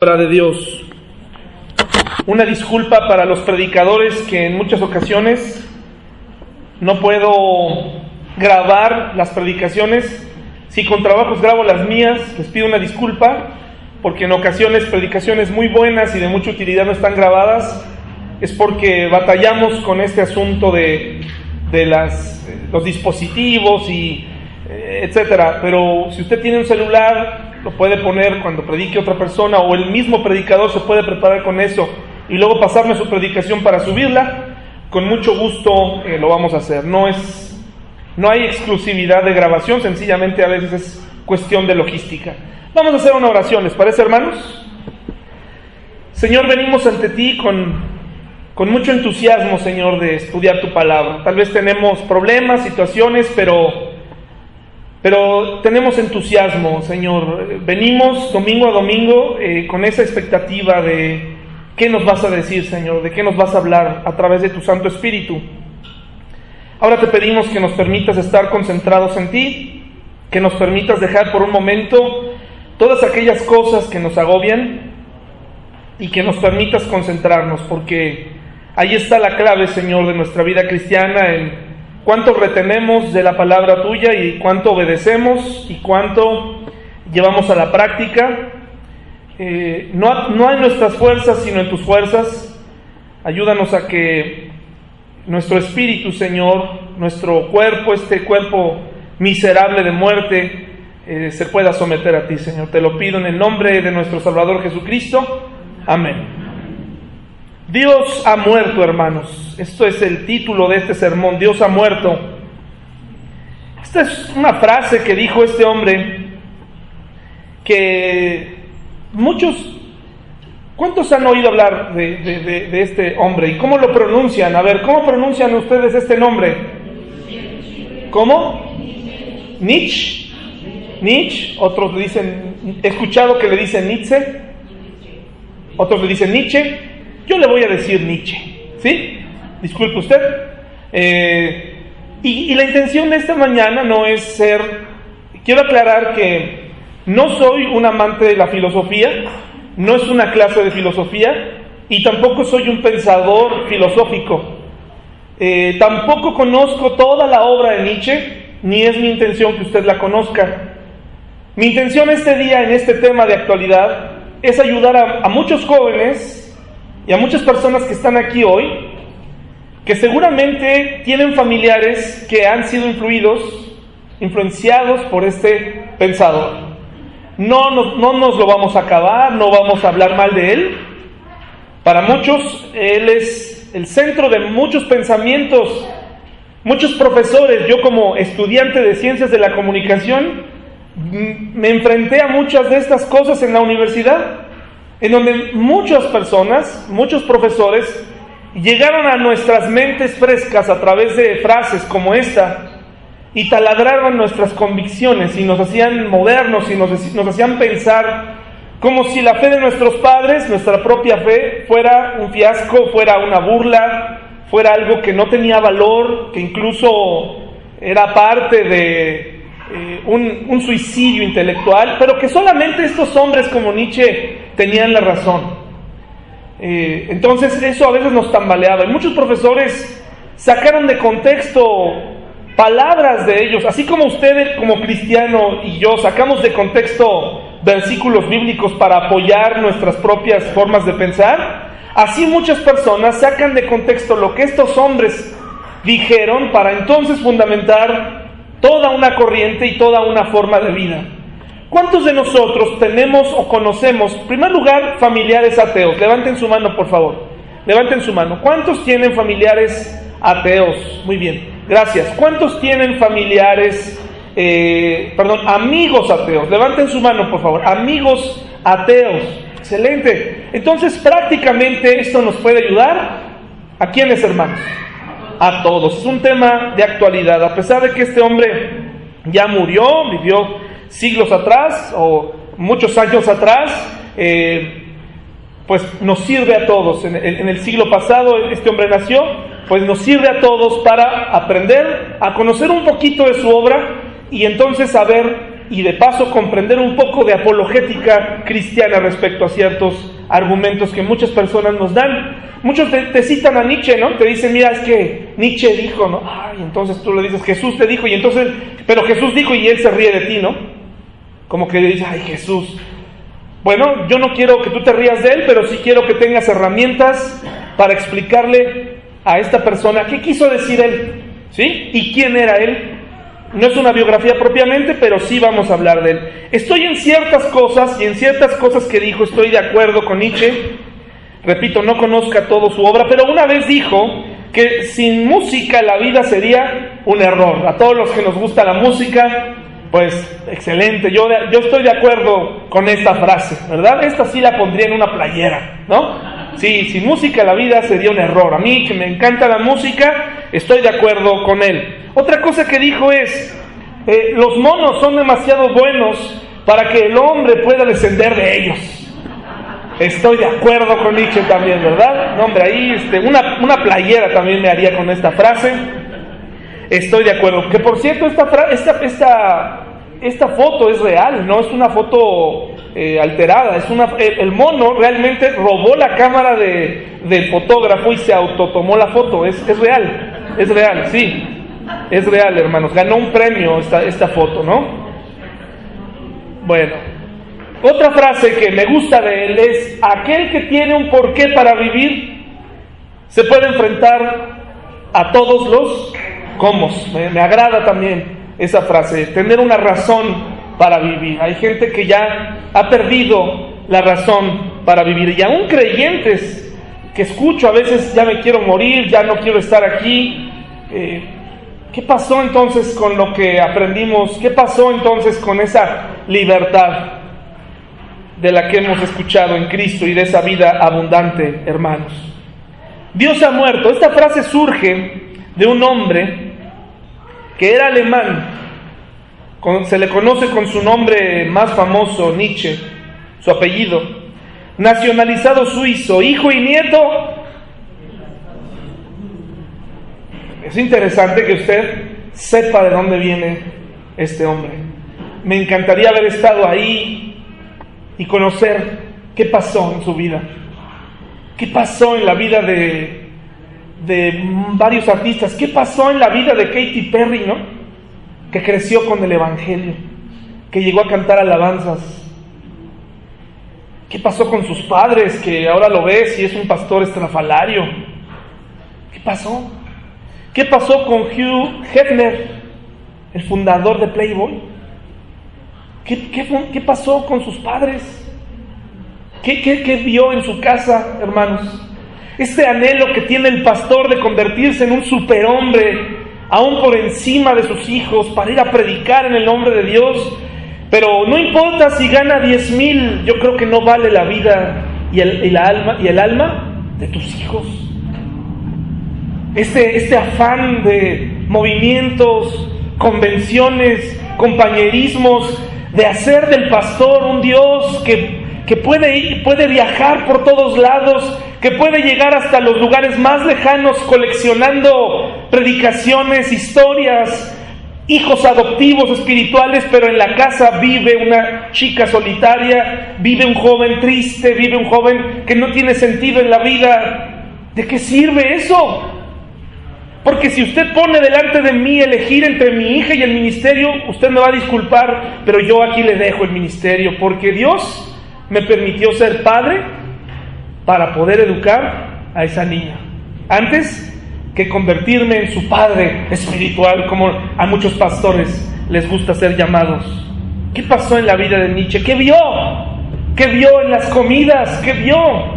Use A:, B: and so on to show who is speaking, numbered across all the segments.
A: Palabra de Dios. Una disculpa para los predicadores que en muchas ocasiones no puedo grabar las predicaciones. Si con trabajos grabo las mías, les pido una disculpa, porque en ocasiones predicaciones muy buenas y de mucha utilidad no están grabadas. Es porque batallamos con este asunto de los dispositivos y etcétera. Pero si usted tiene un celular, lo puede poner cuando predique otra persona, o el mismo predicador se puede preparar con eso y luego pasarme su predicación para subirla. Con mucho gusto lo vamos a hacer. No hay exclusividad de grabación, sencillamente a veces es cuestión de logística. Vamos a hacer una oración, ¿les parece, hermanos? Señor, venimos ante ti con mucho entusiasmo, Señor, de estudiar tu palabra. Tal vez tenemos problemas, situaciones, pero tenemos entusiasmo, Señor. Venimos domingo a domingo con esa expectativa de qué nos vas a decir, Señor, de qué nos vas a hablar a través de tu Santo Espíritu. Ahora te pedimos que nos permitas estar concentrados en ti, que nos permitas dejar por un momento todas aquellas cosas que nos agobian y que nos permitas concentrarnos, porque ahí está la clave, Señor, de nuestra vida cristiana, en cuánto retenemos de la palabra tuya y cuánto obedecemos y cuánto llevamos a la práctica. No en nuestras fuerzas, sino en tus fuerzas. Ayúdanos a que nuestro espíritu, Señor, nuestro cuerpo, este cuerpo miserable de muerte, se pueda someter a ti, Señor. Te lo pido en el nombre de nuestro Salvador Jesucristo. Amén. Dios ha muerto, hermanos. Esto es el título de este sermón. Dios ha muerto. Esta es una frase que dijo este hombre que ¿cuántos han oído hablar de este hombre? ¿Y cómo lo pronuncian? A ver, ¿cómo pronuncian ustedes este nombre? ¿Cómo? Nietzsche. Nietzsche. Otros le dicen, he escuchado que le dicen Nietzsche. Otros le dicen Nietzsche. Yo le voy a decir Nietzsche, ¿sí? Disculpe usted. Y la intención de esta mañana no es ser... Quiero aclarar que no soy un amante de la filosofía, no es una clase de filosofía, y tampoco soy un pensador filosófico. Tampoco conozco toda la obra de Nietzsche, ni es mi intención que usted la conozca. Mi intención este día, en este tema de actualidad, es ayudar a muchos jóvenes y a muchas personas que están aquí hoy, que seguramente tienen familiares que han sido influenciados por este pensador. No nos lo vamos a acabar, no vamos a hablar mal de él. Para muchos, él es el centro de muchos pensamientos, muchos profesores. Yo, como estudiante de Ciencias de la Comunicación, me enfrenté a muchas de estas cosas en la universidad, en donde muchas personas, muchos profesores, llegaron a nuestras mentes frescas a través de frases como esta y taladraron nuestras convicciones y nos hacían movernos y nos hacían pensar como si la fe de nuestros padres, nuestra propia fe, fuera un fiasco, fuera una burla, fuera algo que no tenía valor, que incluso era parte de un suicidio intelectual, pero que solamente estos hombres como Nietzsche tenían la razón. Entonces eso a veces nos tambaleaba, y muchos profesores sacaron de contexto palabras de ellos, así como usted como cristiano y yo sacamos de contexto versículos bíblicos para apoyar nuestras propias formas de pensar. Así muchas personas sacan de contexto lo que estos hombres dijeron para entonces fundamentar toda una corriente y toda una forma de vida. ¿Cuántos de nosotros tenemos o conocemos, en primer lugar, familiares ateos? Levanten su mano, por favor. Levanten su mano. ¿Cuántos tienen familiares ateos? Muy bien, gracias. ¿Cuántos tienen amigos ateos? Levanten su mano, por favor. Amigos ateos. Excelente. Entonces, prácticamente esto nos puede ayudar. ¿A quiénes, hermanos? A todos. Es un tema de actualidad. A pesar de que este hombre ya murió, vivió siglos atrás o muchos años atrás, pues nos sirve a todos. En el siglo pasado este hombre nació, pues nos sirve a todos para aprender, a conocer un poquito de su obra y entonces saber y de paso comprender un poco de apologética cristiana respecto a ciertos argumentos que muchas personas nos dan. Muchos te citan a Nietzsche, ¿no? Te dicen, mira, es que Nietzsche dijo, ¿no? Ay, entonces tú le dices, Jesús te dijo, y entonces, pero Jesús dijo y él se ríe de ti, ¿no? Como que le dices, ay, Jesús. Bueno, yo no quiero que tú te rías de él, pero sí quiero que tengas herramientas para explicarle a esta persona qué quiso decir él, ¿sí? Y quién era él. No es una biografía propiamente, pero sí vamos a hablar de él. Estoy en ciertas cosas, y en ciertas cosas que dijo estoy de acuerdo con Nietzsche. Repito, no conozca toda su obra, pero una vez dijo que sin música la vida sería un error. A todos los que nos gusta la música, pues excelente, yo estoy de acuerdo con esta frase, ¿verdad? Esta sí la pondría en una playera, ¿no? Sí, sin música la vida sería un error. A mí, que me encanta la música, estoy de acuerdo con él. Otra cosa que dijo es, los monos son demasiado buenos para que el hombre pueda descender de ellos. Estoy de acuerdo con Nietzsche también, ¿verdad? No, hombre, ahí una playera también me haría con esta frase. Estoy de acuerdo. Que por cierto, esta foto es real, no es una foto alterada. El mono realmente robó la cámara del fotógrafo y se autotomó la foto. Es real, sí. Es real, hermanos. Ganó un premio esta foto, ¿no? Bueno. Otra frase que me gusta de él es: aquel que tiene un porqué para vivir se puede enfrentar a todos los cómo. Me agrada también esa frase, tener una razón para vivir. Hay gente que ya ha perdido la razón para vivir, y aún creyentes que escucho a veces, ya me quiero morir, ya no quiero estar aquí. ¿Qué pasó entonces con lo que aprendimos? ¿Qué pasó entonces con esa libertad de la que hemos escuchado en Cristo y de esa vida abundante, hermanos? Dios ha muerto. Esta frase surge de un hombre que era alemán, se le conoce con su nombre más famoso, Nietzsche, su apellido, nacionalizado suizo, hijo y nieto. Es interesante que usted sepa de dónde viene este hombre. Me encantaría haber estado ahí y conocer qué pasó en su vida, qué pasó en la vida de varios artistas, qué pasó en la vida de Katy Perry, ¿no? Que creció con el Evangelio, que llegó a cantar alabanzas. ¿Qué pasó con sus padres, que ahora lo ves y es un pastor estrafalario? ¿Qué pasó? ¿Qué pasó con Hugh Hefner, el fundador de Playboy? ¿Qué pasó con sus padres? ¿Qué vio en su casa, hermanos? Este anhelo que tiene el pastor de convertirse en un superhombre, aún por encima de sus hijos, para ir a predicar en el nombre de Dios. Pero no importa si gana 10,000, yo creo que no vale la vida y el alma de tus hijos. Este afán de movimientos, convenciones, compañerismos, de hacer del pastor un Dios que puede viajar por todos lados, que puede llegar hasta los lugares más lejanos coleccionando predicaciones, historias, hijos adoptivos espirituales, pero en la casa vive una chica solitaria, vive un joven triste, vive un joven que no tiene sentido en la vida. ¿De qué sirve eso? Porque si usted pone delante de mí elegir entre mi hija y el ministerio, usted me va a disculpar, pero yo aquí le dejo el ministerio, porque Dios me permitió ser padre para poder educar a esa niña, antes que convertirme en su padre espiritual, como a muchos pastores les gusta ser llamados. ¿Qué pasó en la vida de Nietzsche? ¿Qué vio? ¿Qué vio en las comidas? ¿Qué vio?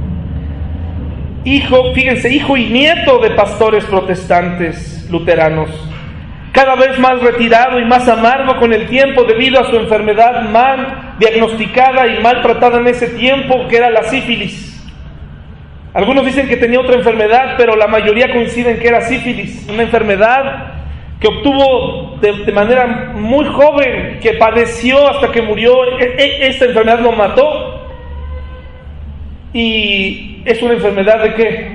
A: Hijo y nieto de pastores protestantes luteranos, cada vez más retirado y más amargo con el tiempo debido a su enfermedad mal diagnosticada y mal tratada en ese tiempo, que era la sífilis. Algunos dicen que tenía otra enfermedad, pero la mayoría coinciden que era sífilis, una enfermedad que obtuvo de manera muy joven, que padeció hasta que murió. Esta enfermedad lo mató. Y es una enfermedad ¿de qué?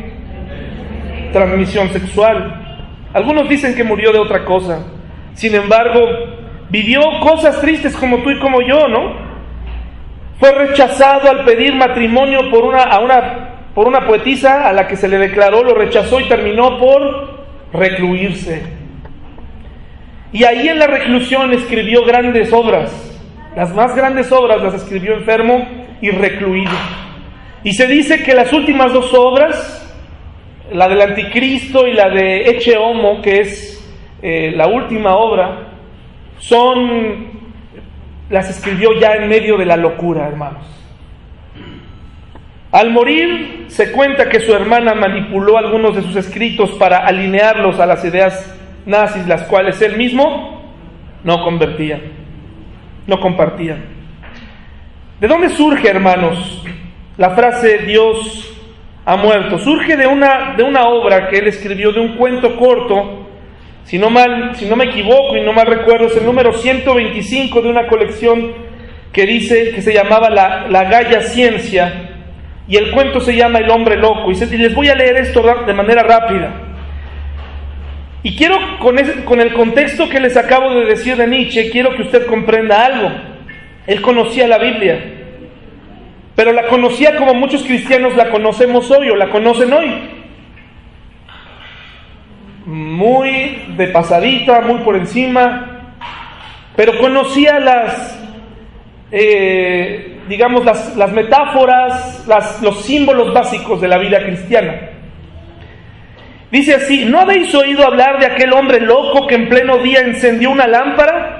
A: Transmisión sexual. Algunos dicen que murió de otra cosa. Sin embargo, vivió cosas tristes como tú y como yo, ¿no? Fue rechazado al pedir matrimonio por una poetisa a la que se le declaró, lo rechazó y terminó por recluirse. Y ahí en la reclusión escribió grandes obras. Las más grandes obras las escribió enfermo y recluido. Y se dice que las últimas dos obras, la del Anticristo y la de Ecce Homo, que es la última obra, las escribió ya en medio de la locura, hermanos. Al morir, se cuenta que su hermana manipuló algunos de sus escritos para alinearlos a las ideas nazis, las cuales él mismo no compartía. ¿De dónde surge, hermanos, la frase Dios ha muerto? Surge de una obra que él escribió, de un cuento corto. Si no me equivoco y no mal recuerdo, es el número 125 de una colección que se llamaba La Gaya Ciencia, y el cuento se llama El Hombre Loco. Y les voy a leer esto de manera rápida. Y quiero, con el contexto que les acabo de decir de Nietzsche, quiero que usted comprenda algo. Él conocía la Biblia, pero la conocía como muchos cristianos la conocemos hoy o la conocen hoy. Muy de pasadita, muy por encima, pero conocía las metáforas, los símbolos básicos de la vida cristiana. Dice así: ¿no habéis oído hablar de aquel hombre loco que en pleno día encendió una lámpara?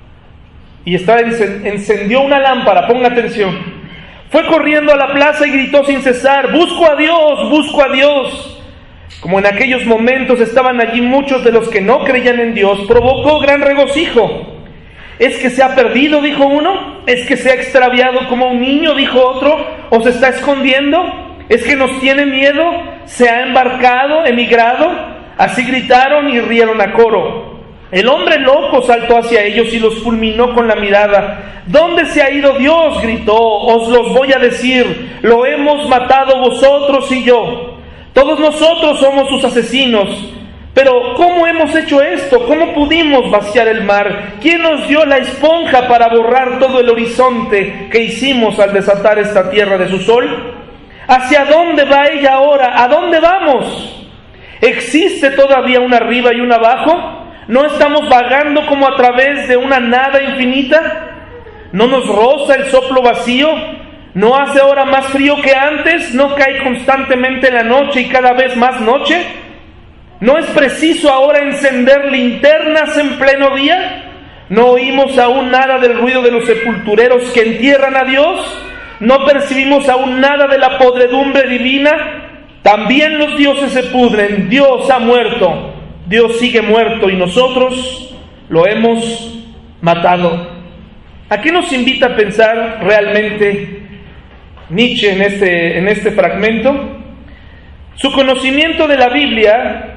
A: Y encendió una lámpara, ponga atención. Fue corriendo a la plaza y gritó sin cesar: ¡busco a Dios, busco a Dios! Como en aquellos momentos estaban allí muchos de los que no creían en Dios, provocó gran regocijo. ¿Es que se ha perdido?, dijo uno. ¿Es que se ha extraviado como un niño?, dijo otro. ¿O se está escondiendo? ¿Es que nos tiene miedo? ¿Se ha embarcado, emigrado? Así gritaron y rieron a coro. El hombre loco saltó hacia ellos y los fulminó con la mirada. ¿Dónde se ha ido Dios?, gritó. Os los voy a decir, lo hemos matado vosotros y yo. Todos nosotros somos sus asesinos. Pero ¿cómo hemos hecho esto? ¿Cómo pudimos vaciar el mar? ¿Quién nos dio la esponja para borrar todo el horizonte que hicimos al desatar esta tierra de su sol? ¿Hacia dónde va ella ahora? ¿A dónde vamos? ¿Existe todavía un arriba y un abajo? ¿No estamos vagando como a través de una nada infinita? ¿No nos roza el soplo vacío? ¿No hace ahora más frío que antes? ¿No cae constantemente la noche y cada vez más noche? ¿No es preciso ahora encender linternas en pleno día? ¿No oímos aún nada del ruido de los sepultureros que entierran a Dios? ¿No percibimos aún nada de la podredumbre divina? También los dioses se pudren. Dios ha muerto. Dios sigue muerto y nosotros lo hemos matado. ¿A qué nos invita a pensar realmente Nietzsche en este fragmento? Su conocimiento de la Biblia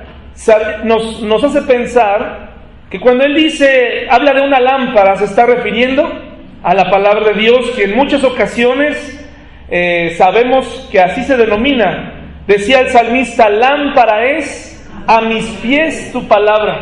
A: nos hace pensar que cuando él habla de una lámpara, se está refiriendo a la palabra de Dios, que en muchas ocasiones sabemos que así se denomina. Decía el salmista: lámpara es a mis pies tu palabra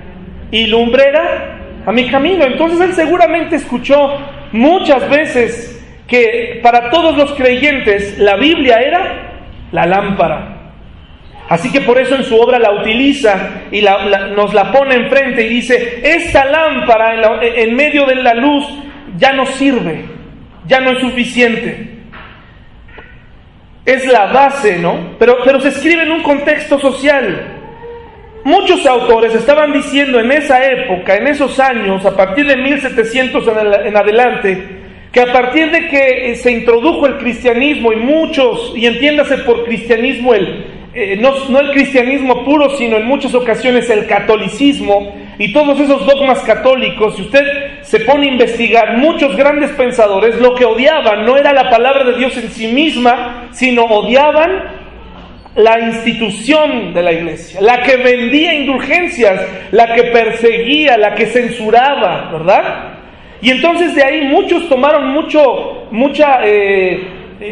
A: y lumbrera a mi camino. Entonces él seguramente escuchó muchas veces que para todos los creyentes la Biblia era la lámpara. Así que por eso en su obra la utiliza y nos la pone enfrente y dice: esta lámpara en medio de la luz ya no sirve, ya no es suficiente. Es la base, ¿no? Pero se escribe en un contexto social. Muchos autores estaban diciendo en esa época, en esos años, a partir de 1700 en adelante, que a partir de que se introdujo el cristianismo y entiéndase por cristianismo no el cristianismo puro, sino en muchas ocasiones el catolicismo y todos esos dogmas católicos, si usted se pone a investigar, muchos grandes pensadores lo que odiaban no era la palabra de Dios en sí misma, sino odiaban la institución de la iglesia, la que vendía indulgencias, la que perseguía, la que censuraba, ¿verdad? Y entonces de ahí muchos tomaron mucha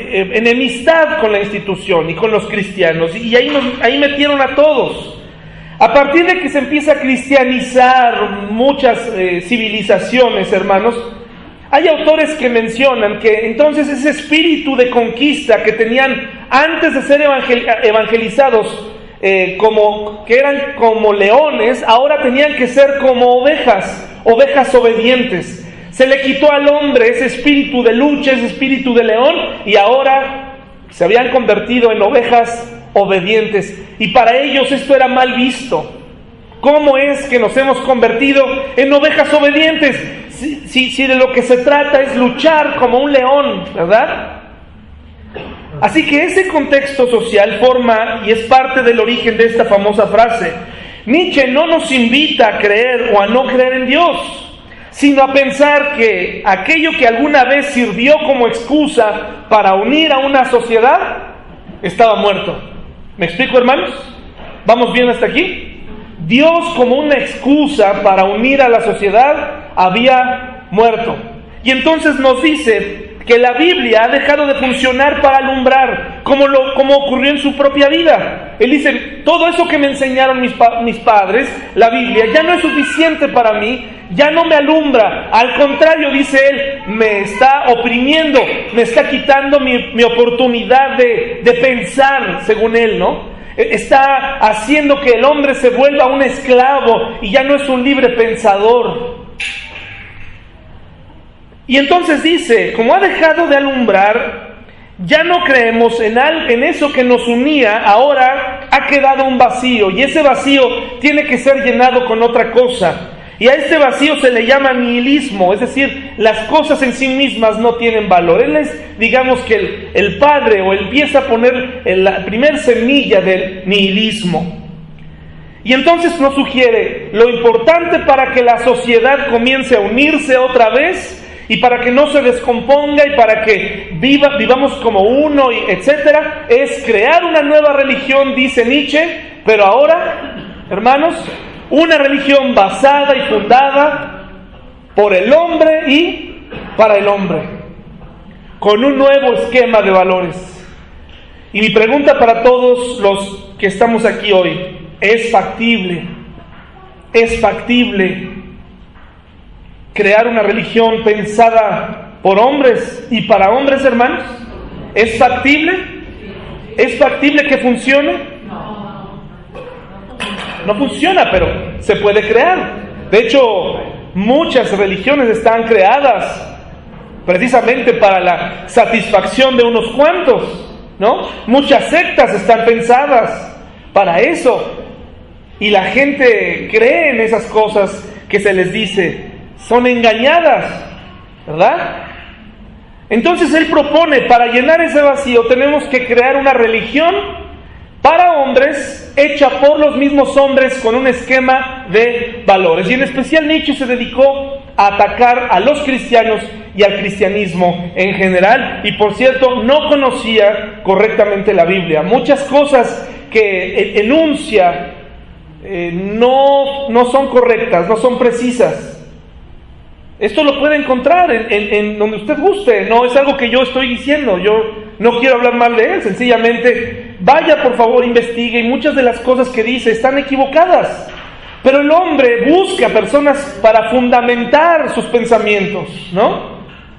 A: enemistad con la institución y con los cristianos, y ahí metieron a todos. A partir de que se empieza a cristianizar muchas civilizaciones, hermanos, hay autores que mencionan que entonces ese espíritu de conquista que tenían antes de ser evangelizados, que eran como leones, ahora tenían que ser como ovejas obedientes. Se le quitó al hombre ese espíritu de lucha, ese espíritu de león, y ahora se habían convertido en ovejas obedientes. Y para ellos esto era mal visto. ¿Cómo es que nos hemos convertido en ovejas obedientes? Si de lo que se trata es luchar como un león, ¿verdad? Así que ese contexto social forma y es parte del origen de esta famosa frase. Nietzsche no nos invita a creer o a no creer en Dios, sino a pensar que aquello que alguna vez sirvió como excusa para unir a una sociedad estaba muerto. ¿Me explico, hermanos? ¿Vamos bien hasta aquí? Dios, como una excusa para unir a la sociedad, había muerto. Y entonces nos dice que la Biblia ha dejado de funcionar para alumbrar, como ocurrió en su propia vida. Él dice, todo eso que me enseñaron mis padres, la Biblia, ya no es suficiente para mí, ya no me alumbra. Al contrario, dice él, me está oprimiendo, me está quitando mi oportunidad de pensar, según él, ¿no? Está haciendo que el hombre se vuelva un esclavo y ya no es un libre pensador. Y entonces dice, como ha dejado de alumbrar, ya no creemos en eso que nos unía, ahora ha quedado un vacío, y ese vacío tiene que ser llenado con otra cosa. Y a este vacío se le llama nihilismo, es decir, las cosas en sí mismas no tienen valor. Él es, digamos que el padre, o él empieza a poner la primer semilla del nihilismo. Y entonces nos sugiere lo importante para que la sociedad comience a unirse otra vez, y para que no se descomponga, y para que vivamos como uno, etcétera, es crear una nueva religión, dice Nietzsche, pero ahora, hermanos, una religión basada y fundada por el hombre y para el hombre, con un nuevo esquema de valores. Y mi pregunta para todos los que estamos aquí hoy, ¿es factible crear una religión pensada por hombres y para hombres, hermanos? ¿Es factible? ¿Es factible que funcione? No funciona, pero se puede crear. De hecho, muchas religiones están creadas precisamente para la satisfacción de unos cuantos, ¿no? Muchas sectas están pensadas para eso. Y la gente cree en esas cosas que se les dice. Son engañadas, ¿verdad? Entonces él propone, para llenar ese vacío tenemos que crear una religión para hombres, hecha por los mismos hombres, con un esquema de valores. Y en especial Nietzsche se dedicó a atacar a los cristianos y al cristianismo en general. Y por cierto, no conocía correctamente la Biblia. Muchas cosas que enuncia no son correctas, no son precisas. Esto lo puede encontrar en donde usted guste, no es algo que yo estoy diciendo, yo no quiero hablar mal de él, sencillamente vaya por favor, investigue, y muchas de las cosas que dice están equivocadas, pero el hombre busca personas para fundamentar sus pensamientos, ¿no?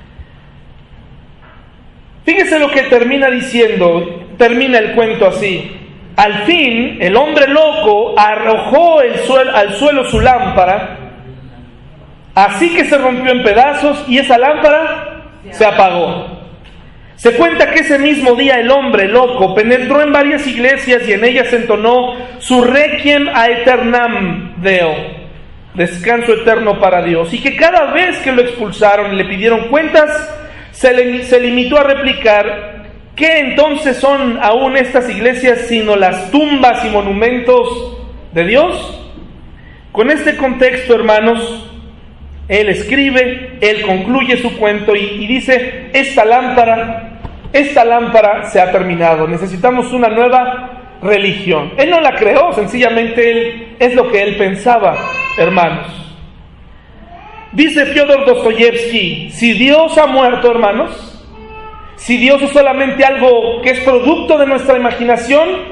A: Fíjese lo que termina diciendo, termina el cuento así: al fin el hombre loco arrojó al suelo su lámpara, así que se rompió en pedazos y esa lámpara se apagó. Se cuenta que ese mismo día el hombre loco penetró en varias iglesias y en ellas entonó su requiem aeternam Deo, descanso eterno para Dios, y que cada vez que lo expulsaron y le pidieron cuentas, se limitó a replicar: ¿qué entonces son aún estas iglesias sino las tumbas y monumentos de Dios? Con este contexto, hermanos, él escribe, él concluye su cuento y dice: esta lámpara se ha terminado, necesitamos una nueva religión. Él no la creó, sencillamente es lo que él pensaba, hermanos. Dice Fyodor Dostoyevsky: si Dios ha muerto, hermanos, si Dios es solamente algo que es producto de nuestra imaginación,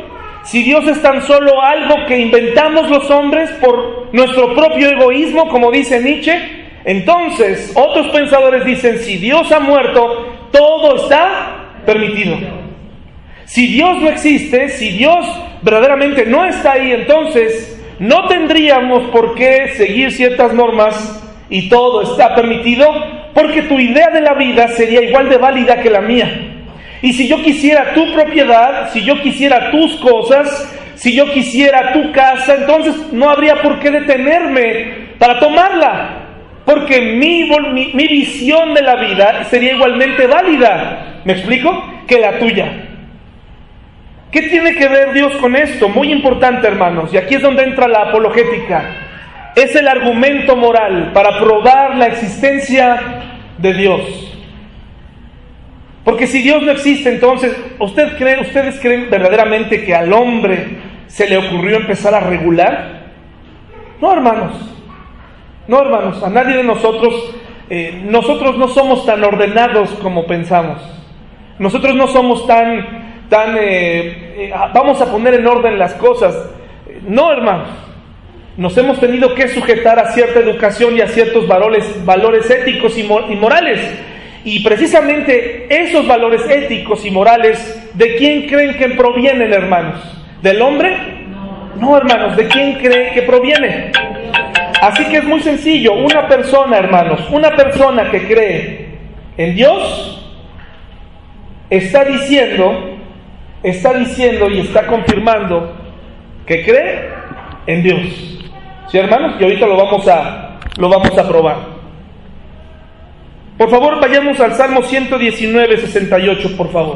A: Si Dios es tan solo algo que inventamos los hombres por nuestro propio egoísmo, como dice Nietzsche, entonces otros pensadores dicen, si Dios ha muerto, todo está permitido. Si Dios no existe, si Dios verdaderamente no está ahí, entonces no tendríamos por qué seguir ciertas normas y todo está permitido, porque tu idea de la vida sería igual de válida que la mía. Y si yo quisiera tu propiedad, si yo quisiera tus cosas, si yo quisiera tu casa, entonces no habría por qué detenerme para tomarla, porque mi visión de la vida sería igualmente válida, ¿me explico?, que la tuya. ¿Qué tiene que ver Dios con esto? Muy importante, hermanos, y aquí es donde entra la apologética. Es el argumento moral para probar la existencia de Dios. Porque si Dios no existe, entonces, ¿ustedes creen verdaderamente que al hombre se le ocurrió empezar a regular? No, hermanos. No, hermanos. A nadie de nosotros no somos tan ordenados como pensamos. Nosotros no somos vamos a poner en orden las cosas. No, hermanos. Nos hemos tenido que sujetar a cierta educación y a ciertos valores éticos y morales. Y precisamente esos valores éticos y morales, ¿de quién creen que provienen, hermanos? ¿Del hombre? No, hermanos, ¿de quién creen que proviene? Así que es muy sencillo. Una persona, hermanos, una persona que cree en Dios está diciendo y está confirmando que cree en Dios. ¿Sí, hermanos? Y ahorita lo vamos a probar. Por favor, vayamos al Salmo 119, 68, por favor.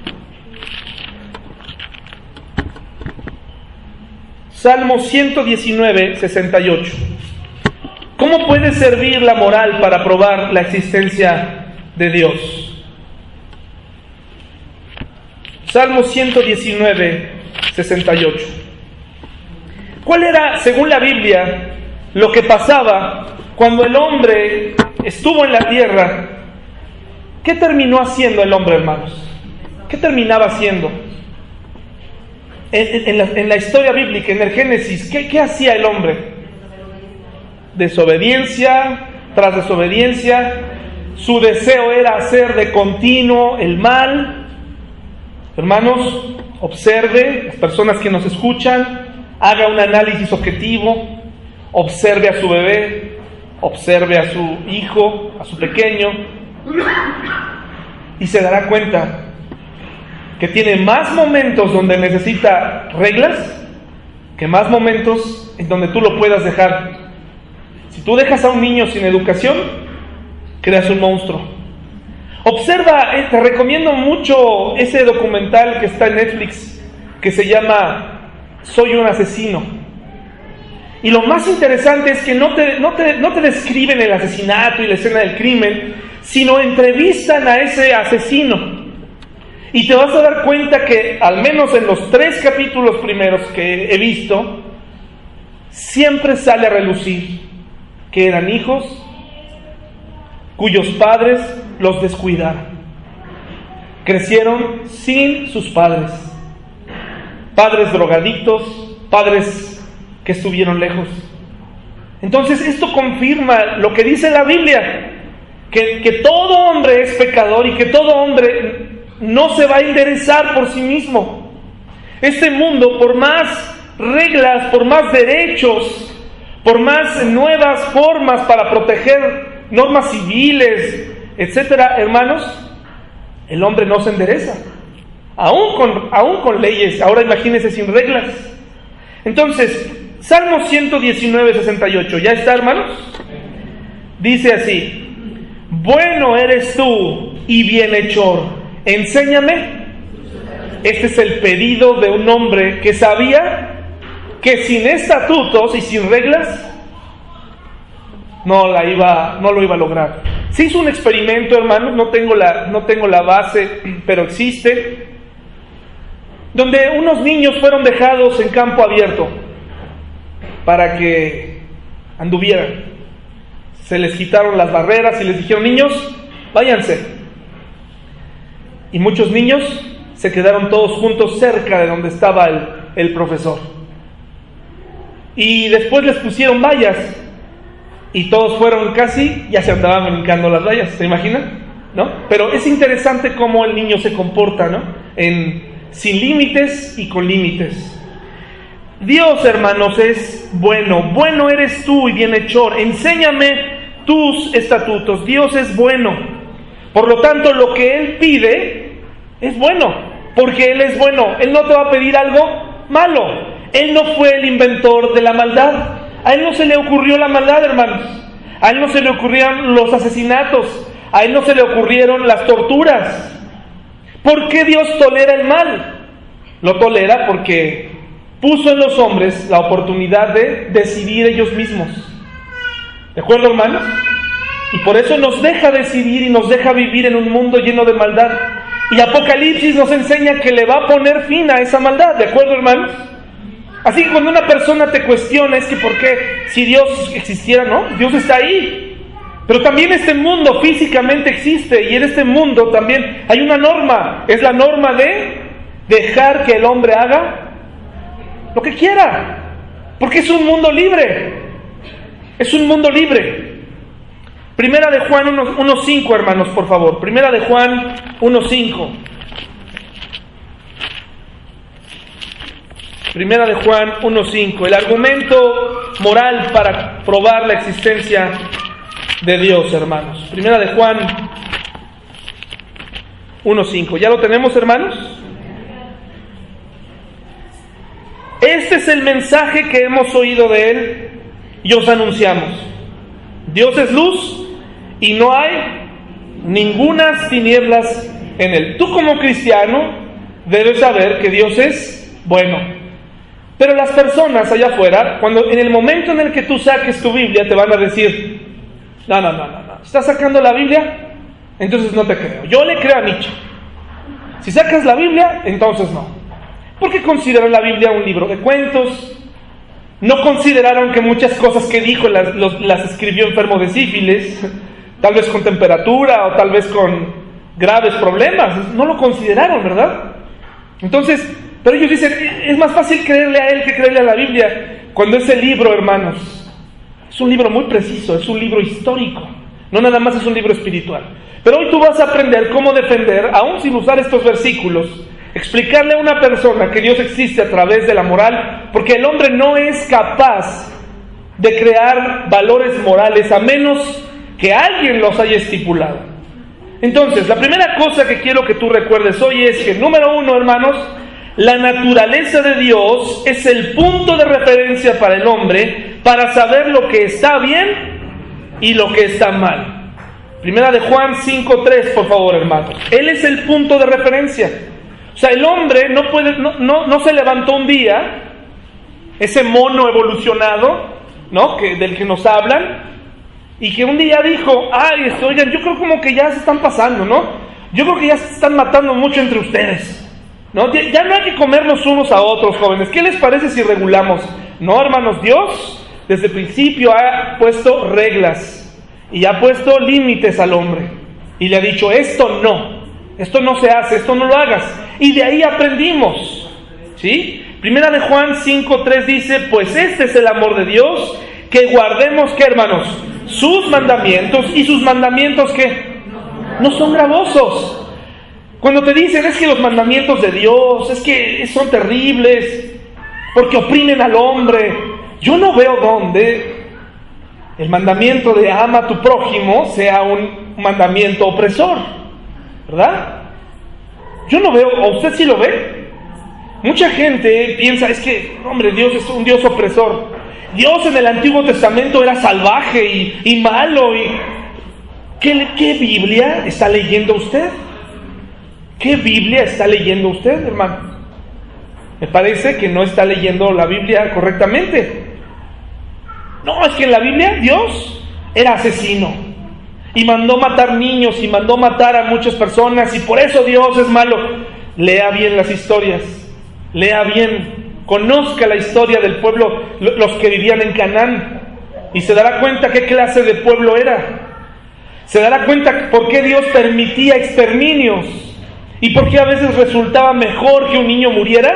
A: Salmo 119, 68. ¿Cómo puede servir la moral para probar la existencia de Dios? Salmo 119, 68. ¿Cuál era, según la Biblia, lo que pasaba cuando el hombre estuvo en la tierra? ¿Qué terminó haciendo el hombre, hermanos? ¿Qué terminaba haciendo? En la historia bíblica, en el Génesis, ¿qué hacía el hombre? Desobediencia tras desobediencia. Su deseo era hacer de continuo el mal. Hermanos, observe, las personas que nos escuchan, haga un análisis objetivo, observe a su bebé, observe a su hijo, a su pequeño, y se dará cuenta que tiene más momentos donde necesita reglas que más momentos en donde tú lo puedas dejar. Si tú dejas a un niño sin educación, creas un monstruo. Observa, te recomiendo mucho ese documental que está en Netflix, que se llama Soy un asesino. Y lo más interesante es que no te describen el asesinato y la escena del crimen, sino entrevistan a ese asesino. Y te vas a dar cuenta que, al menos en los 3 capítulos primeros que he visto, siempre sale a relucir que eran hijos cuyos padres los descuidaron. Crecieron sin sus padres. Padres drogadictos, padres que estuvieron lejos. Entonces esto confirma lo que dice la Biblia, que todo hombre es pecador y que todo hombre no se va a enderezar por sí mismo. Este mundo, por más reglas, por más derechos, por más nuevas formas para proteger, normas civiles, etcétera, hermanos, el hombre no se endereza. Aún con leyes, ahora imagínense sin reglas. Entonces, Salmo 119, 68, ¿ya está, hermanos? Dice así: bueno eres tú y bienhechor, enséñame. Este es el pedido de un hombre que sabía que sin estatutos y sin reglas no lo iba a lograr. Se hizo un experimento, hermanos, no tengo la base, pero existe, donde unos niños fueron dejados en campo abierto para que anduvieran. Se les quitaron las barreras y les dijeron: niños, váyanse. Y muchos niños se quedaron todos juntos cerca de donde estaba el profesor. Y después les pusieron vallas, y todos fueron casi, ya se andaban brincando las vallas, ¿se imaginan? ¿No? Pero es interesante cómo el niño se comporta, ¿no? Sin límites y con límites. Dios, hermanos, es bueno. Bueno eres tú y bienhechor. Enséñame tus estatutos. Dios es bueno. Por lo tanto, lo que Él pide es bueno, porque Él es bueno. Él no te va a pedir algo malo. Él no fue el inventor de la maldad. A Él no se le ocurrió la maldad, hermanos. A Él no se le ocurrieron los asesinatos. A Él no se le ocurrieron las torturas. ¿Por qué Dios tolera el mal? Lo tolera porque puso en los hombres la oportunidad de decidir ellos mismos. ¿De acuerdo, hermanos? Y por eso nos deja decidir y nos deja vivir en un mundo lleno de maldad. Y Apocalipsis nos enseña que le va a poner fin a esa maldad. ¿De acuerdo, hermanos? Así que cuando una persona te cuestiona, es que ¿por qué? Si Dios existiera, ¿no? Dios está ahí. Pero también este mundo físicamente existe, y en este mundo también hay una norma. Es la norma de dejar que el hombre haga lo que quiera, porque es un mundo libre. Es un mundo libre. Primera de Juan 1:5, hermanos, por favor. Primera de Juan 1:5. Primera de Juan 1:5. El argumento moral para probar la existencia de Dios, hermanos. Primera de Juan 1:5. ¿Ya lo tenemos, hermanos? Este es el mensaje que hemos oído de Él y os anunciamos. Dios es luz y no hay ningunas tinieblas en Él. Tú como cristiano debes saber que Dios es bueno. Pero las personas allá afuera, en el momento en el que tú saques tu Biblia, te van a decir: no. ¿Estás sacando la Biblia? Entonces no te creo. Yo le creo a Nietzsche. Si sacas la Biblia, entonces no. Porque consideran la Biblia un libro de cuentos. No consideraron que muchas cosas que dijo las escribió enfermo de sífilis, tal vez con temperatura o tal vez con graves problemas. No lo consideraron, ¿verdad? Entonces, pero ellos dicen, es más fácil creerle a él que creerle a la Biblia. Cuando ese libro, hermanos, es un libro muy preciso, es un libro histórico, no nada más es un libro espiritual. Pero hoy tú vas a aprender cómo defender, aún sin usar estos versículos, explicarle a una persona que Dios existe a través de la moral, porque el hombre no es capaz de crear valores morales a menos que alguien los haya estipulado. Entonces, la primera cosa que quiero que tú recuerdes hoy es que, número uno, hermanos, la naturaleza de Dios es el punto de referencia para el hombre para saber lo que está bien y lo que está mal. Primera de Juan 5:3, por favor, hermanos. Él es el punto de referencia. O sea, el hombre no se levantó un día, ese mono evolucionado, ¿no? Del que nos hablan, y que un día dijo, oigan, yo creo como que ya se están pasando, ¿no? Yo creo que ya se están matando mucho entre ustedes, ¿no? Ya no hay que comernos unos a otros, jóvenes. ¿Qué les parece si regulamos? No, hermanos, Dios desde el principio ha puesto reglas y ha puesto límites al hombre, y le ha dicho, esto no se hace, esto no lo hagas. Y de ahí aprendimos, ¿sí? Primera de Juan 5:3 dice, pues este es el amor de Dios, que guardemos, ¿qué, hermanos? Sus mandamientos. ¿Y sus mandamientos qué? No son gravosos. Cuando te dicen, es que los mandamientos de Dios, es que son terribles, porque oprimen al hombre, yo no veo dónde el mandamiento de ama a tu prójimo sea un mandamiento opresor, ¿verdad? Yo no veo, ¿o usted sí lo ve? Mucha gente piensa, es que, hombre, Dios es un Dios opresor. Dios en el Antiguo Testamento era salvaje y malo. ¿Qué Biblia está leyendo usted? ¿Qué Biblia está leyendo usted, hermano? Me parece que no está leyendo la Biblia correctamente. No, es que en la Biblia Dios era asesino y mandó matar niños y mandó matar a muchas personas, y por eso Dios es malo. Lea bien las historias, lea bien, conozca la historia del pueblo, los que vivían en Canaán, y se dará cuenta qué clase de pueblo era. Se dará cuenta por qué Dios permitía exterminios y por qué a veces resultaba mejor que un niño muriera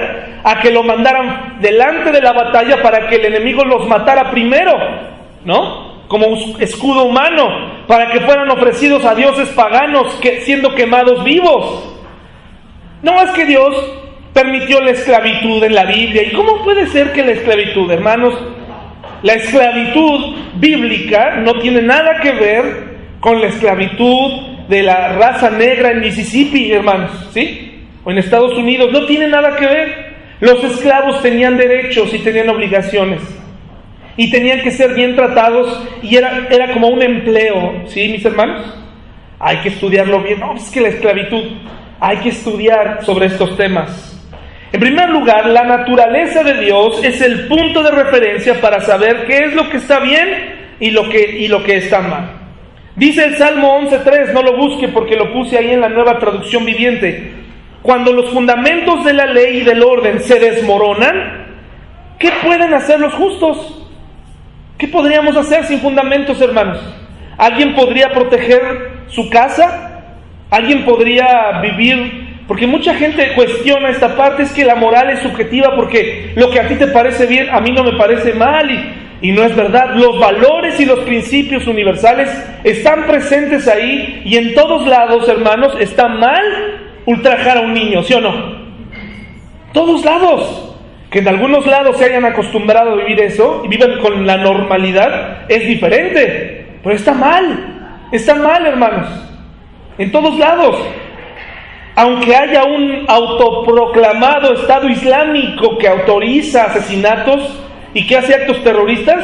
A: a que lo mandaran delante de la batalla para que el enemigo los matara primero, ¿no? Como un escudo humano, para que fueran ofrecidos a dioses paganos, siendo quemados vivos. No es que Dios permitió la esclavitud en la Biblia. ¿Y cómo puede ser que la esclavitud, hermanos? La esclavitud bíblica no tiene nada que ver con la esclavitud de la raza negra en Mississippi, hermanos, ¿sí? O en Estados Unidos, no tiene nada que ver. Los esclavos tenían derechos y tenían obligaciones, y tenían que ser bien tratados, y era como un empleo, ¿sí, mis hermanos? Hay que estudiarlo bien. No, es que la esclavitud, hay que estudiar sobre estos temas. En primer lugar, la naturaleza de Dios es el punto de referencia para saber qué es lo que está bien y lo que está mal. Dice el Salmo 11.3, no lo busque porque lo puse ahí en la Nueva Traducción Viviente: cuando los fundamentos de la ley y del orden se desmoronan, ¿qué pueden hacer los justos? ¿Qué podríamos hacer sin fundamentos, hermanos? ¿Alguien podría proteger su casa? ¿Alguien podría vivir? Porque mucha gente cuestiona esta parte, es que la moral es subjetiva, porque lo que a ti te parece bien, a mí no me parece mal, y no es verdad. Los valores y los principios universales están presentes ahí, y en todos lados, hermanos, está mal ultrajar a un niño, ¿sí o no? Todos lados. Que en algunos lados se hayan acostumbrado a vivir eso y viven con la normalidad es diferente, pero está mal, hermanos, en todos lados. Aunque haya un autoproclamado Estado Islámico que autoriza asesinatos y que hace actos terroristas,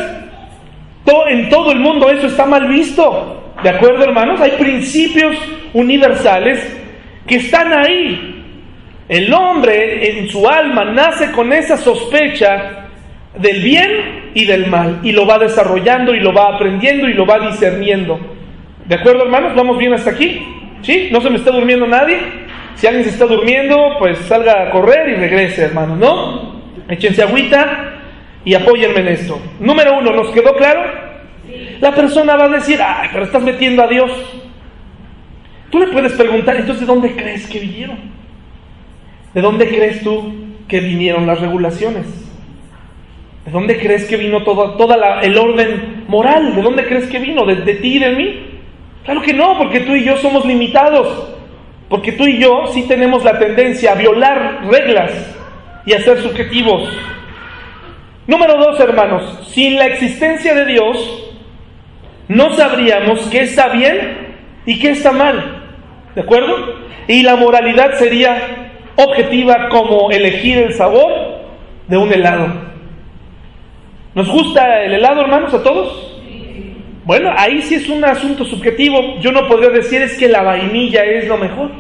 A: en todo el mundo eso está mal visto, ¿de acuerdo, hermanos? Hay principios universales que están ahí. El hombre en su alma nace con esa sospecha del bien y del mal, y lo va desarrollando y lo va aprendiendo y lo va discerniendo. ¿De acuerdo, hermanos? ¿Vamos bien hasta aquí? ¿Sí? ¿No se me está durmiendo nadie? Si alguien se está durmiendo, pues salga a correr y regrese, hermanos, ¿no? Échense agüita y apóyenme en esto. Número 1, ¿nos quedó claro? Sí. La persona va a decir: ay, pero estás metiendo a Dios. Tú le puedes preguntar: entonces, ¿de dónde crees que vinieron? ¿De dónde crees tú que vinieron las regulaciones? ¿De dónde crees que vino todo el orden moral? ¿De dónde crees que vino? ¿De ti y de mí? Claro que no, porque tú y yo somos limitados. Porque tú y yo sí tenemos la tendencia a violar reglas y a ser subjetivos. Número 2, hermanos, sin la existencia de Dios, no sabríamos qué está bien y qué está mal. ¿De acuerdo? Y la moralidad sería objetiva como elegir el sabor de un helado. ¿Nos gusta el helado, hermanos, a todos? Bueno, ahí sí es un asunto subjetivo. Yo no podría decir es que la vainilla es lo mejor.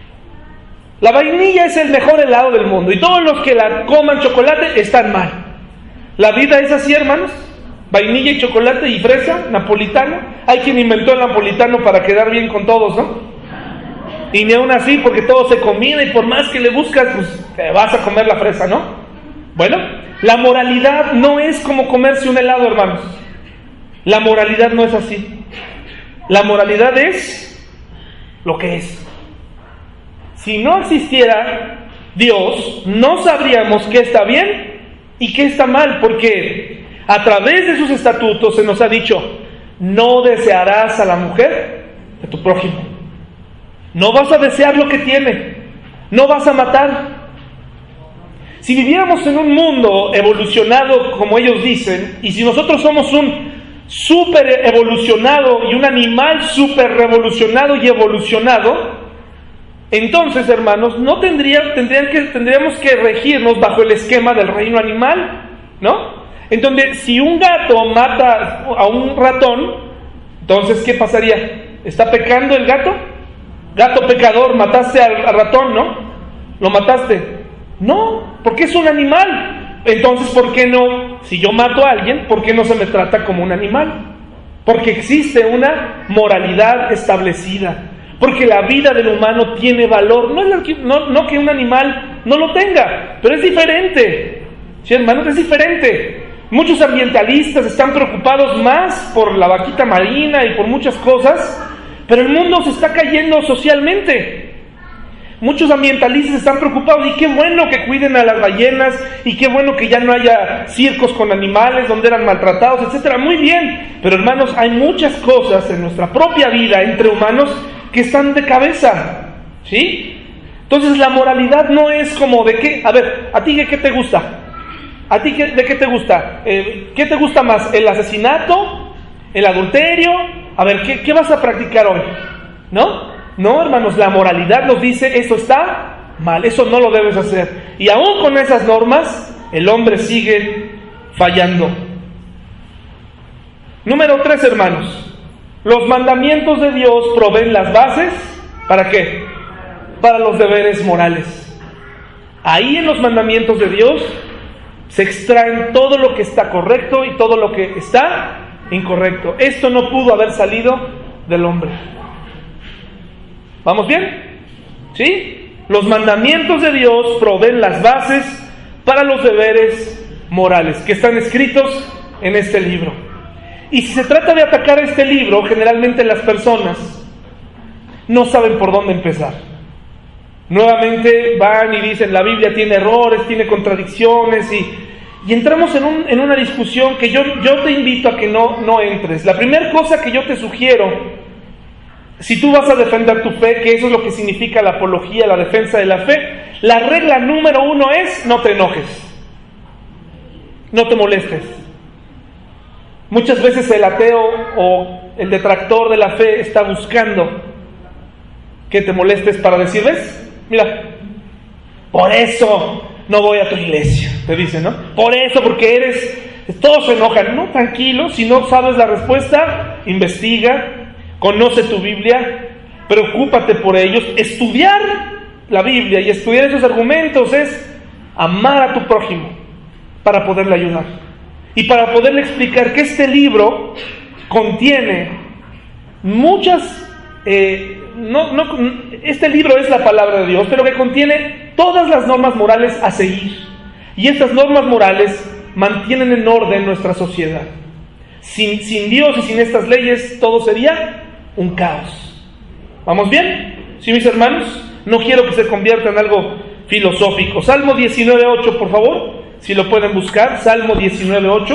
A: La vainilla es el mejor helado del mundo, y todos los que la coman chocolate están mal. La vida es así, hermanos. Vainilla y chocolate y fresa, napolitano. Hay quien inventó el napolitano para quedar bien con todos, ¿no? Y ni aún así, porque todo se combina, y por más que le buscas, pues te vas a comer la fresa, ¿no? Bueno, la moralidad no es como comerse un helado, hermanos. La moralidad no es así. La moralidad es lo que es. Si no existiera Dios, no sabríamos qué está bien y qué está mal, porque a través de sus estatutos se nos ha dicho: no desearás a la mujer de tu prójimo. No vas a desear lo que tiene. No vas a matar. Si viviéramos en un mundo evolucionado, como ellos dicen, y si nosotros somos un súper evolucionado y un animal súper revolucionado y evolucionado, entonces, hermanos, no tendríamos que regirnos bajo el esquema del reino animal, ¿no? En donde si un gato mata a un ratón, entonces, ¿qué pasaría? ¿Está pecando el gato? Gato pecador, mataste al ratón, ¿no? ¿Lo mataste? No, porque es un animal. Entonces, ¿por qué no? Si yo mato a alguien, ¿por qué no se me trata como un animal? Porque existe una moralidad establecida. Porque la vida del humano tiene valor. No que un animal no lo tenga, pero es diferente. ¿Sí, hermanos? Es diferente. Muchos ambientalistas están preocupados más por la vaquita marina y por muchas cosas, pero el mundo se está cayendo socialmente. Muchos ambientalistas están preocupados, y qué bueno que cuiden a las ballenas, y qué bueno que ya no haya circos con animales donde eran maltratados, etcétera. Muy bien, pero hermanos, hay muchas cosas en nuestra propia vida entre humanos que están de cabeza, ¿sí? Entonces la moralidad no es como de qué, a ver, ¿a ti qué te gusta? ¿A ti de qué te gusta? ¿Qué te gusta más? ¿El asesinato? ¿El adulterio? A ver, ¿qué vas a practicar hoy? ¿No? No, hermanos, la moralidad nos dice, eso está mal, eso no lo debes hacer. Y aún con esas normas, el hombre sigue fallando. Número 3, hermanos. Los mandamientos de Dios proveen las bases, ¿para qué? Para los deberes morales. Ahí en los mandamientos de Dios se extraen todo lo que está correcto y todo lo que está incorrecto. Esto no pudo haber salido del hombre. ¿Vamos bien? ¿Sí? Los mandamientos de Dios proveen las bases para los deberes morales que están escritos en este libro. Y si se trata de atacar este libro, generalmente las personas no saben por dónde empezar. Nuevamente van y dicen, la Biblia tiene errores, tiene contradicciones, y entramos en una discusión que yo te invito a que no entres. La primera cosa que yo te sugiero, si tú vas a defender tu fe, que eso es lo que significa la apología, la defensa de la fe, la regla número 1 es, no te enojes, no te molestes. Muchas veces el ateo o el detractor de la fe está buscando que te molestes para decir, ¿ves? Mira, por eso no voy a tu iglesia, te dicen, ¿no? Por eso, porque todos se enojan. No, tranquilo, si no sabes la respuesta, investiga, conoce tu Biblia, preocúpate por ellos. Estudiar la Biblia y estudiar esos argumentos es amar a tu prójimo para poderle ayudar y para poderle explicar que este libro contiene muchas... este libro es la palabra de Dios, pero que contiene todas las normas morales a seguir. Y estas normas morales mantienen en orden nuestra sociedad. Sin Dios y sin estas leyes, todo sería un caos. ¿Vamos bien? ¿Sí, mis hermanos? No quiero que se convierta en algo filosófico. Salmo 19:8, por favor, si lo pueden buscar. Salmo 19:8.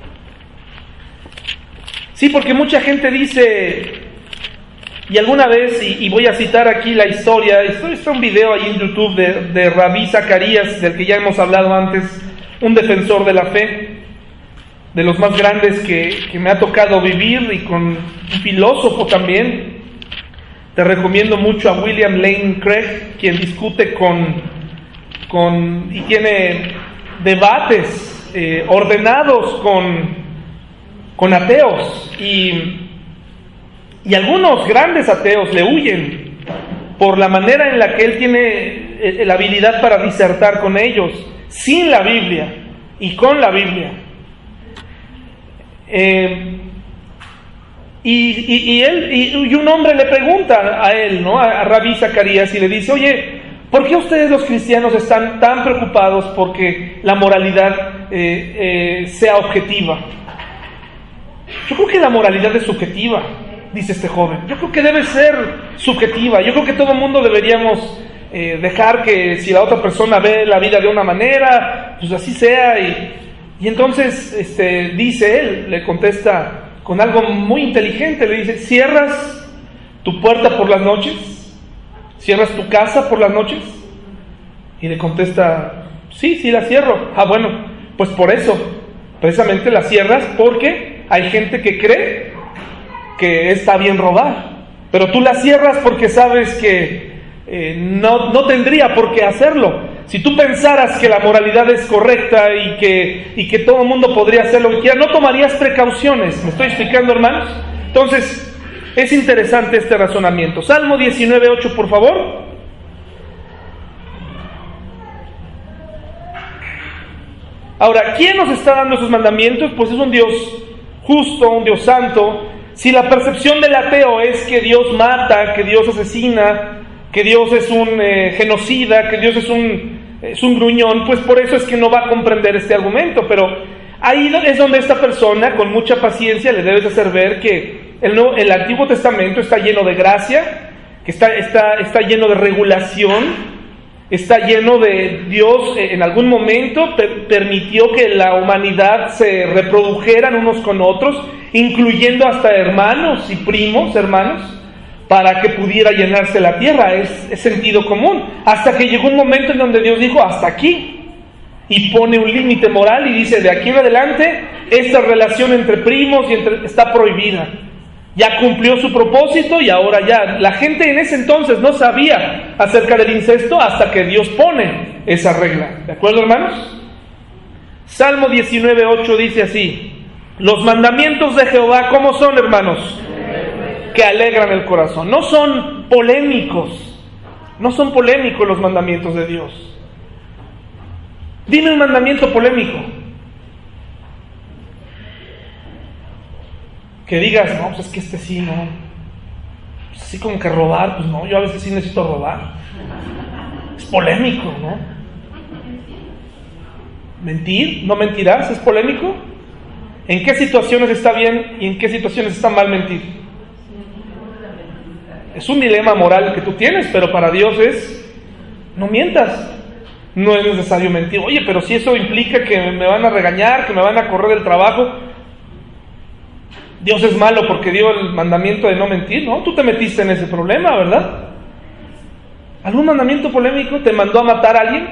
A: Sí, porque mucha gente dice... Y alguna vez, y voy a citar aquí la historia, está un video ahí en YouTube de Rabí Zacarías, del que ya hemos hablado antes, un defensor de la fe, de los más grandes que me ha tocado vivir, y con un filósofo también. Te recomiendo mucho a William Lane Craig, quien discute y tiene debates ordenados con ateos, y algunos grandes ateos le huyen por la manera en la que él tiene la habilidad para disertar con ellos, sin la Biblia y con la Biblia. Y un hombre le pregunta a él, ¿no? A Rabí Zacarías, y le dice, oye, ¿por qué ustedes los cristianos están tan preocupados porque la moralidad sea objetiva? Yo creo que la moralidad es subjetiva, dice este joven. Yo creo que debe ser subjetiva. Yo creo que todo el mundo deberíamos dejar que si la otra persona ve la vida de una manera, pues así sea. Y entonces dice él, le contesta con algo muy inteligente, le dice, ¿cierras tu puerta por las noches? ¿Cierras tu casa por las noches? Y le contesta, sí, la cierro. Ah, bueno, pues por eso, precisamente la cierras, porque hay gente que cree que está bien robar, pero tú la cierras porque sabes que no tendría por qué hacerlo. Si tú pensaras que la moralidad es correcta y que todo el mundo podría hacer lo que quiera, no tomarías precauciones. ¿Me estoy explicando, hermanos? Entonces, es interesante este razonamiento. Salmo 19:8, por favor. Ahora, ¿quién nos está dando esos mandamientos? Pues es un Dios justo, un Dios santo. Si la percepción del ateo es que Dios mata, que Dios asesina, que Dios es un genocida, que Dios es un gruñón, pues por eso es que no va a comprender este argumento. Pero ahí es donde esta persona, con mucha paciencia, le debes hacer ver que el Antiguo Testamento está lleno de gracia, que está lleno de regulación, está lleno de Dios. En algún momento permitió que la humanidad se reprodujeran unos con otros, incluyendo hasta hermanos y primos hermanos, para que pudiera llenarse la tierra. Es sentido común, hasta que llegó un momento en donde Dios dijo hasta aquí, y pone un límite moral y dice: de aquí en adelante esta relación entre primos está prohibida. Ya cumplió su propósito, y ahora ya la gente en ese entonces no sabía acerca del incesto hasta que Dios pone esa regla. ¿De acuerdo, hermanos? Salmo 19:8 dice así: los mandamientos de Jehová, ¿cómo son, hermanos? Que alegran el corazón. No son polémicos, no son polémicos los mandamientos de Dios. Dime un mandamiento polémico que digas: no, pues es que este sí, no, pues así como que robar, pues no, yo a veces sí necesito robar. Es polémico, ¿no? Mentir, no mentirás, es polémico. ¿En qué situaciones está bien y en qué situaciones está mal mentir? Es un dilema moral que tú tienes, pero para Dios es: no mientas. No es necesario mentir. Oye, pero si eso implica que me van a regañar, que me van a correr del trabajo, Dios es malo porque dio el mandamiento de no mentir. No, tú te metiste en ese problema, ¿verdad? ¿Algún mandamiento polémico? ¿Te mandó a matar a alguien?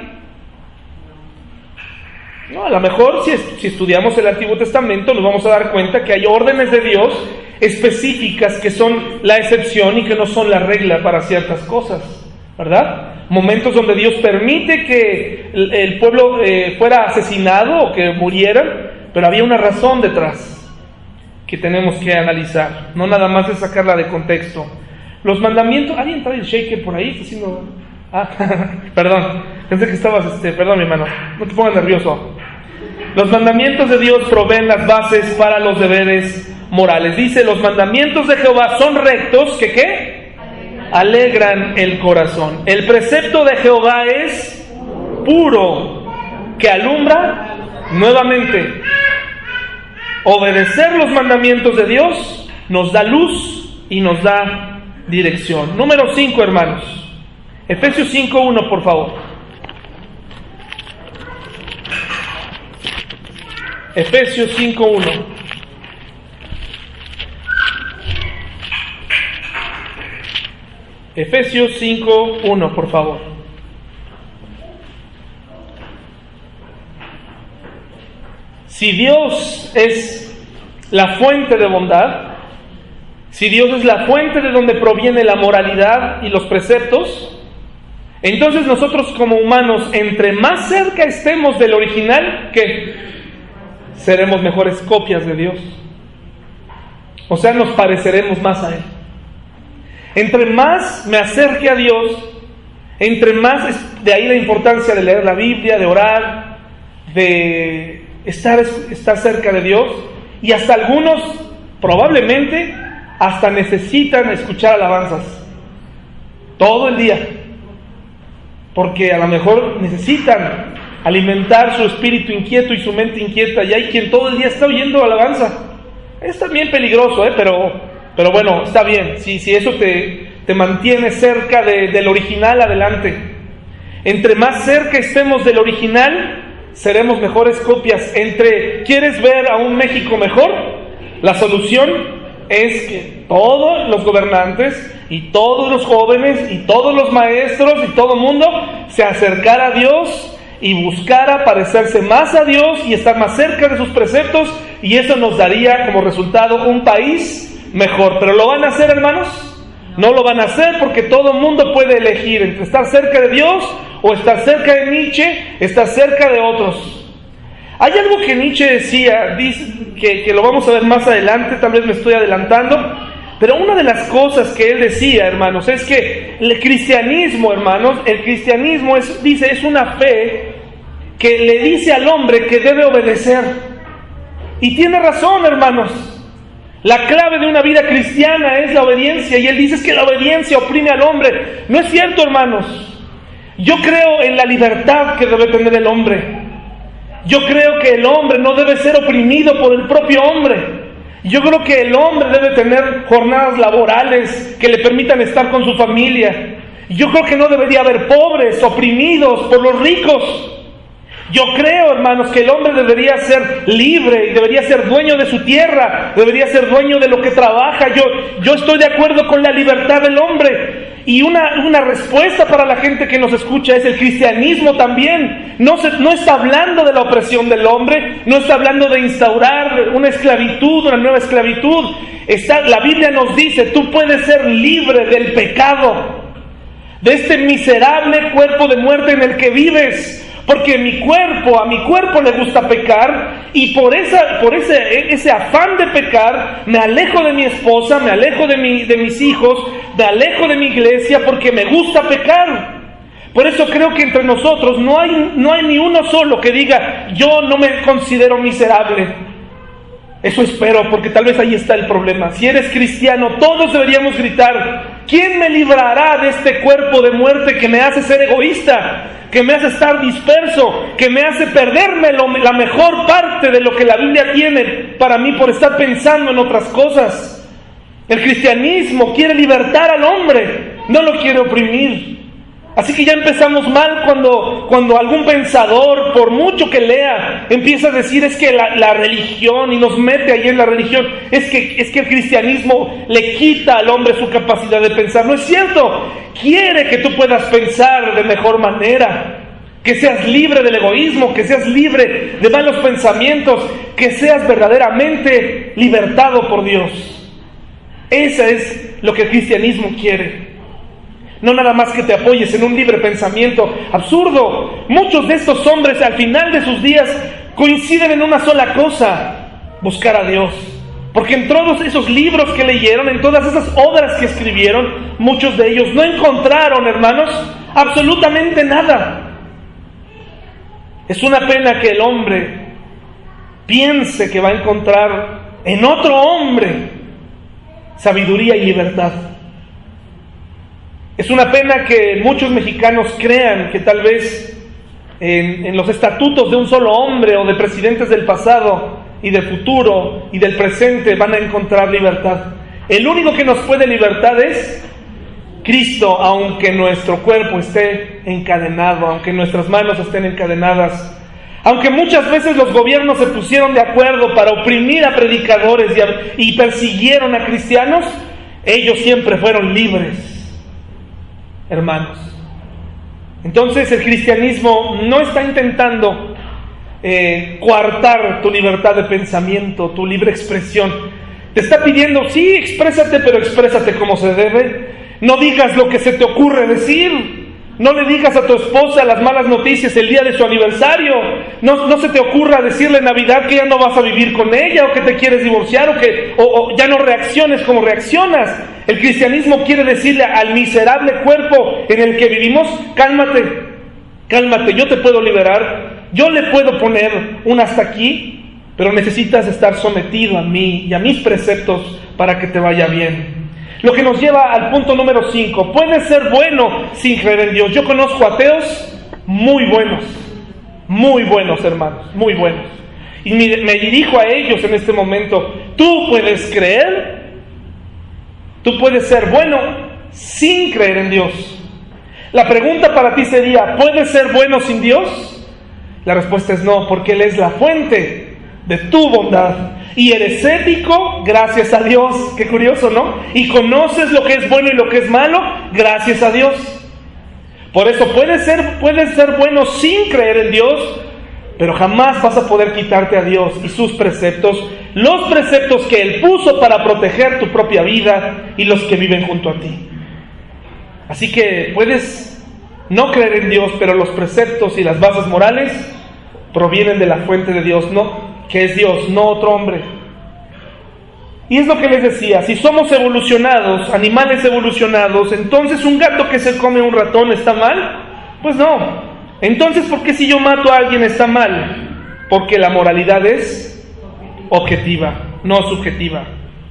A: No, a lo mejor si estudiamos el Antiguo Testamento nos vamos a dar cuenta que hay órdenes de Dios específicas que son la excepción y que no son la regla para ciertas cosas, ¿verdad? Momentos donde Dios permite que el pueblo fuera asesinado o que murieran, pero había una razón detrás que tenemos que analizar, no nada más es sacarla de contexto. Los mandamientos... ¿Alguien trae el shaker por ahí? Está haciendo... perdón, pensé que estabas... Perdón, mi hermano, no te pongas nervioso. Los mandamientos de Dios proveen las bases para los deberes morales. Dice: los mandamientos de Jehová son rectos, ¿que qué? Alegran el corazón. El precepto de Jehová es puro, que alumbra. Nuevamente, obedecer los mandamientos de Dios nos da luz y nos da dirección. Número 5, hermanos. Efesios 5:1, por favor. Efesios 5:1. Efesios 5:1, por favor. Si Dios es la fuente de bondad, si Dios es la fuente de donde proviene la moralidad y los preceptos, entonces nosotros como humanos, entre más cerca estemos del original, ¿qué? Seremos mejores copias de Dios. O sea, nos pareceremos más a Él. Entre más me acerque a Dios, entre más, de ahí la importancia de leer la Biblia, de orar, de estar cerca de Dios, y hasta algunos probablemente hasta necesitan escuchar alabanzas todo el día, porque a lo mejor necesitan alimentar su espíritu inquieto y su mente inquieta, y hay quien todo el día está oyendo alabanza. Es también peligroso, pero bueno, está bien, si eso te mantiene cerca del original, adelante. Entre más cerca estemos del original, seremos mejores copias. ¿Quieres ver a un México mejor? La solución es que todos los gobernantes y todos los jóvenes y todos los maestros y todo el mundo se acercara a Dios y buscara parecerse más a Dios y estar más cerca de sus preceptos, y eso nos daría como resultado un país mejor. ¿Pero lo van a hacer, hermanos? No lo van a hacer, porque todo el mundo puede elegir entre estar cerca de Dios o estar cerca de Nietzsche, estar cerca de otros. Hay algo que Nietzsche decía, que lo vamos a ver más adelante, tal vez me estoy adelantando, pero una de las cosas que él decía, hermanos, es que el cristianismo, hermanos, es una fe que le dice al hombre que debe obedecer. Y tiene razón, hermanos. La clave de una vida cristiana es la obediencia, y él dice que la obediencia oprime al hombre. No es cierto, hermanos. Yo creo en la libertad que debe tener el hombre. Yo creo que el hombre no debe ser oprimido por el propio hombre. Yo creo que el hombre debe tener jornadas laborales que le permitan estar con su familia. Yo creo que no debería haber pobres oprimidos por los ricos. Yo creo, hermanos, que el hombre debería ser libre y debería ser dueño de su tierra, debería ser dueño de lo que trabaja. Yo estoy de acuerdo con la libertad del hombre. Y una respuesta para la gente que nos escucha es el cristianismo también. No está hablando de la opresión del hombre, no está hablando de instaurar una esclavitud, una nueva esclavitud. La Biblia nos dice, tú puedes ser libre del pecado, de este miserable cuerpo de muerte en el que vives. Porque a mi cuerpo le gusta pecar, y por ese afán de pecar me alejo de mi esposa, me alejo de mis hijos, me alejo de mi iglesia, porque me gusta pecar. Por eso creo que entre nosotros no hay ni uno solo que diga, yo no me considero miserable. Eso espero, porque tal vez ahí está el problema. Si eres cristiano, todos deberíamos gritar, ¿quién me librará de este cuerpo de muerte que me hace ser egoísta, que me hace estar disperso, que me hace perderme la mejor parte de lo que la Biblia tiene para mí por estar pensando en otras cosas? El cristianismo quiere libertar al hombre, no lo quiere oprimir. Así que ya empezamos mal cuando algún pensador, por mucho que lea, empieza a decir es que la religión, y nos mete ahí en la religión, es que el cristianismo le quita al hombre su capacidad de pensar. No es cierto, quiere que tú puedas pensar de mejor manera, que seas libre del egoísmo, que seas libre de malos pensamientos, que seas verdaderamente libertado por Dios. Eso es lo que el cristianismo quiere. No nada más que te apoyes en un libre pensamiento absurdo. Muchos de estos hombres al final de sus días coinciden en una sola cosa: buscar a Dios. Porque en todos esos libros que leyeron, en todas esas obras que escribieron, muchos de ellos no encontraron, hermanos, absolutamente nada. Es una pena que el hombre piense que va a encontrar en otro hombre sabiduría y libertad. Es una pena que muchos mexicanos crean que tal vez en los estatutos de un solo hombre o de presidentes del pasado y del futuro y del presente van a encontrar libertad. El único que nos puede libertad es Cristo, aunque nuestro cuerpo esté encadenado, aunque nuestras manos estén encadenadas, aunque muchas veces los gobiernos se pusieron de acuerdo para oprimir a predicadores y persiguieron a cristianos, ellos siempre fueron libres. Hermanos, entonces el cristianismo no está intentando coartar tu libertad de pensamiento, tu libre expresión. Te está pidiendo, sí, exprésate, pero exprésate como se debe. No digas lo que se te ocurre decir. No le digas a tu esposa las malas noticias el día de su aniversario. No se te ocurra decirle en Navidad que ya no vas a vivir con ella, o que te quieres divorciar, o ya no reacciones como reaccionas. El cristianismo quiere decirle al miserable cuerpo en el que vivimos, cálmate, yo te puedo liberar, yo le puedo poner un hasta aquí, pero necesitas estar sometido a mí y a mis preceptos para que te vaya bien. Lo que nos lleva al punto número 5. Puedes ser bueno sin creer en Dios. Yo conozco ateos muy buenos, hermanos, muy buenos. Y me dirijo a ellos en este momento. Tú puedes creer, tú puedes ser bueno sin creer en Dios. La pregunta para ti sería, ¿puedes ser bueno sin Dios? La respuesta es no, porque Él es la fuente de tu bondad. Y eres ético, gracias a Dios. Qué curioso, ¿no? Y conoces lo que es bueno y lo que es malo, gracias a Dios. Por eso puedes ser bueno sin creer en Dios, pero jamás vas a poder quitarte a Dios y sus preceptos, los preceptos que Él puso para proteger tu propia vida y los que viven junto a ti. Así que puedes no creer en Dios, pero los preceptos y las bases morales provienen de la fuente de Dios, ¿no? Que es Dios, no otro hombre. Y es lo que les decía, si somos evolucionados, animales evolucionados, entonces un gato que se come un ratón ¿está mal? Pues no. Entonces, ¿por qué si yo mato a alguien está mal? Porque la moralidad es objetiva, no subjetiva.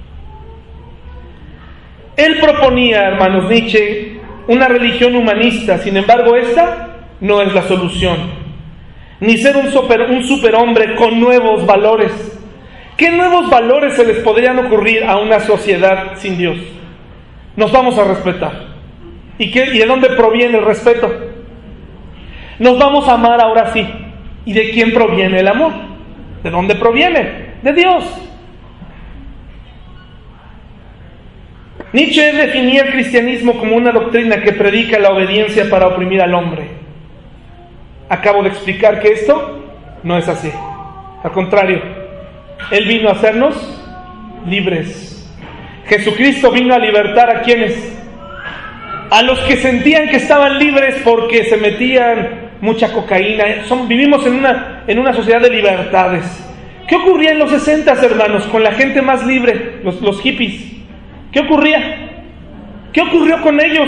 A: Él proponía, hermanos, Nietzsche, una religión humanista. Sin embargo, esta no es la solución. Ni ser un superhombre con nuevos valores, ¿Qué nuevos valores se les podrían ocurrir a una sociedad sin Dios? Nos vamos a respetar. ¿Y de dónde proviene el respeto? Nos vamos a amar ahora sí. ¿Y de quién proviene el amor? ¿De dónde proviene? De Dios. Nietzsche definía el cristianismo como una doctrina que predica la obediencia para oprimir al hombre. Acabo de explicar que esto no es así. Al contrario, Él vino a hacernos libres. Jesucristo vino a libertar ¿a quiénes? A los que sentían que estaban libres porque se metían mucha cocaína. Vivimos en una sociedad de libertades. ¿Qué ocurría en los 60s, hermanos, con la gente más libre, los hippies? ¿Qué ocurría? ¿Qué ocurrió con ellos?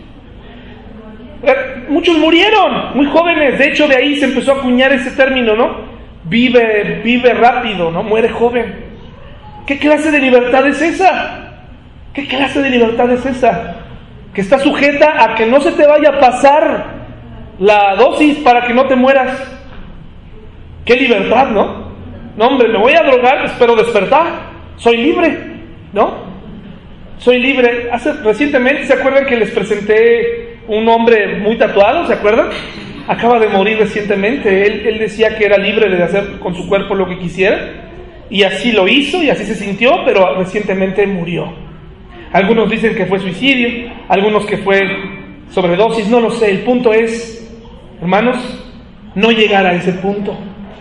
A: Muchos murieron, muy jóvenes. De hecho, de ahí se empezó a acuñar ese término, ¿no? Vive rápido, ¿no? Muere joven. ¿Qué clase de libertad es esa? ¿Qué clase de libertad es esa? Que está sujeta a que no se te vaya a pasar la dosis para que no te mueras. ¡Qué libertad!, ¿no? No, hombre, me voy a drogar, espero despertar. Soy libre, ¿no? Soy libre. Recientemente, ¿se acuerdan que les presenté un hombre muy tatuado? ¿Se acuerdan? Acaba de morir recientemente. Él decía que era libre de hacer con su cuerpo lo que quisiera. Y así lo hizo y así se sintió, pero recientemente murió. Algunos dicen que fue suicidio, algunos que fue sobredosis, no lo sé. El punto es, hermanos, no llegar a ese punto.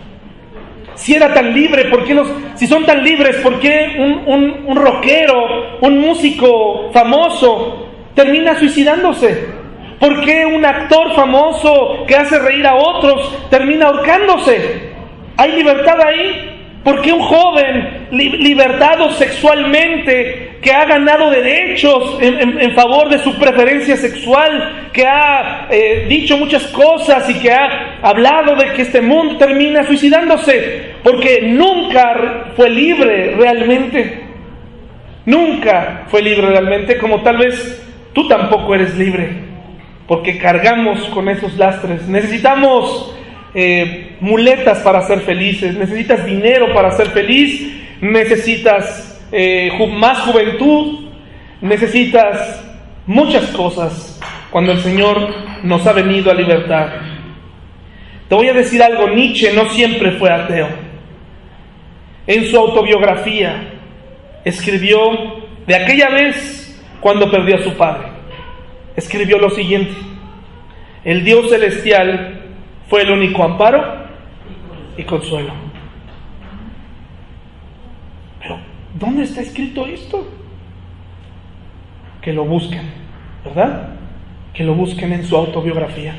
A: Si era tan libre, si son tan libres, ¿por qué un rockero, un músico famoso termina suicidándose? ¿Por qué un actor famoso que hace reír a otros termina ahorcándose? ¿Hay libertad ahí? ¿Por qué un joven libertado sexualmente, que ha ganado derechos en favor de su preferencia sexual, que ha dicho muchas cosas y que ha hablado de que este mundo termina suicidándose? Porque nunca fue libre realmente. Nunca fue libre realmente, como tal vez tú tampoco eres libre, porque cargamos con esos lastres. Necesitamos muletas para ser felices, necesitas dinero para ser feliz, necesitas más juventud, necesitas muchas cosas cuando el Señor nos ha venido a libertar. Te voy a decir algo, Nietzsche no siempre fue ateo. En su autobiografía escribió de aquella vez cuando perdió a su padre. Escribió lo siguiente: el Dios celestial fue el único amparo y consuelo. Pero, ¿dónde está escrito esto? Que lo busquen, ¿verdad? Que lo busquen en su autobiografía.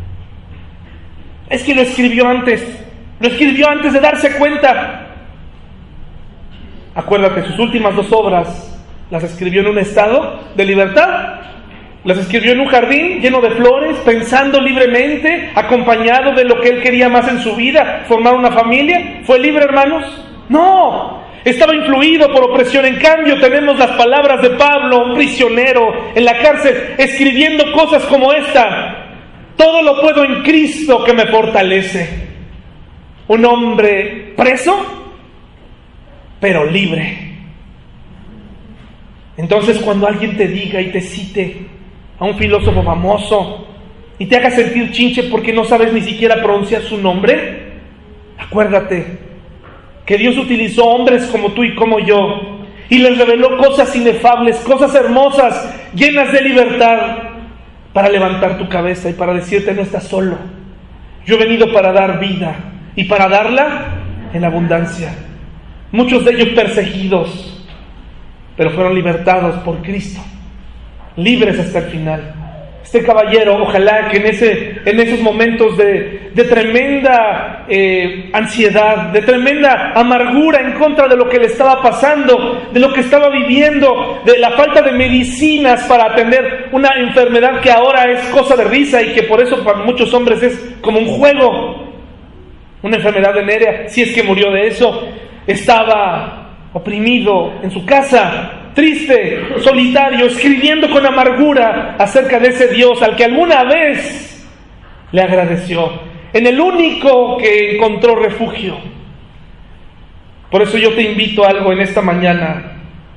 A: Es que lo escribió antes de darse cuenta. Acuérdate, sus últimas 2 obras las escribió en un estado de libertad. Las escribió en un jardín lleno de flores, pensando libremente, acompañado de lo que él quería más en su vida, formar una familia. ¿Fue libre, hermanos? No, estaba influido por opresión. En cambio, tenemos las palabras de Pablo, un prisionero en la cárcel, escribiendo cosas como esta: todo lo puedo en Cristo que me fortalece. Un hombre preso, pero libre. Entonces, cuando alguien te diga y te cite a un filósofo famoso y te haga sentir chinche porque no sabes ni siquiera pronunciar su nombre, acuérdate que Dios utilizó hombres como tú y como yo y les reveló cosas inefables, cosas hermosas, llenas de libertad, para levantar tu cabeza y para decirte: no estás solo. Yo he venido para dar vida y para darla en abundancia. Muchos de ellos perseguidos, pero fueron libertados por Cristo, libres hasta el final. Este caballero, ojalá que en esos momentos de tremenda ansiedad, de tremenda amargura en contra de lo que le estaba pasando, de lo que estaba viviendo, de la falta de medicinas para atender una enfermedad que ahora es cosa de risa y que por eso para muchos hombres es como un juego, una enfermedad venérea, si es que murió de eso, estaba oprimido en su casa, triste, solitario, escribiendo con amargura acerca de ese Dios al que alguna vez le agradeció, en el único que encontró refugio. Por eso yo te invito a algo en esta mañana.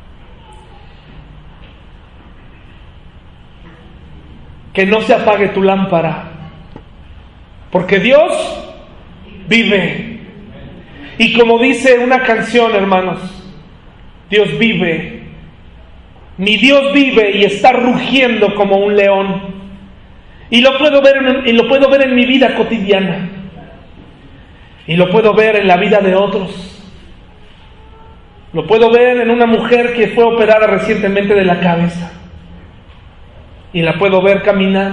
A: Que no se apague tu lámpara, porque Dios vive. Y como dice una canción, hermanos, Dios vive. Mi Dios vive y está rugiendo como un león. Y lo puedo ver en mi vida cotidiana. Y lo puedo ver en la vida de otros. Lo puedo ver en una mujer que fue operada recientemente de la cabeza. Y la puedo ver caminar.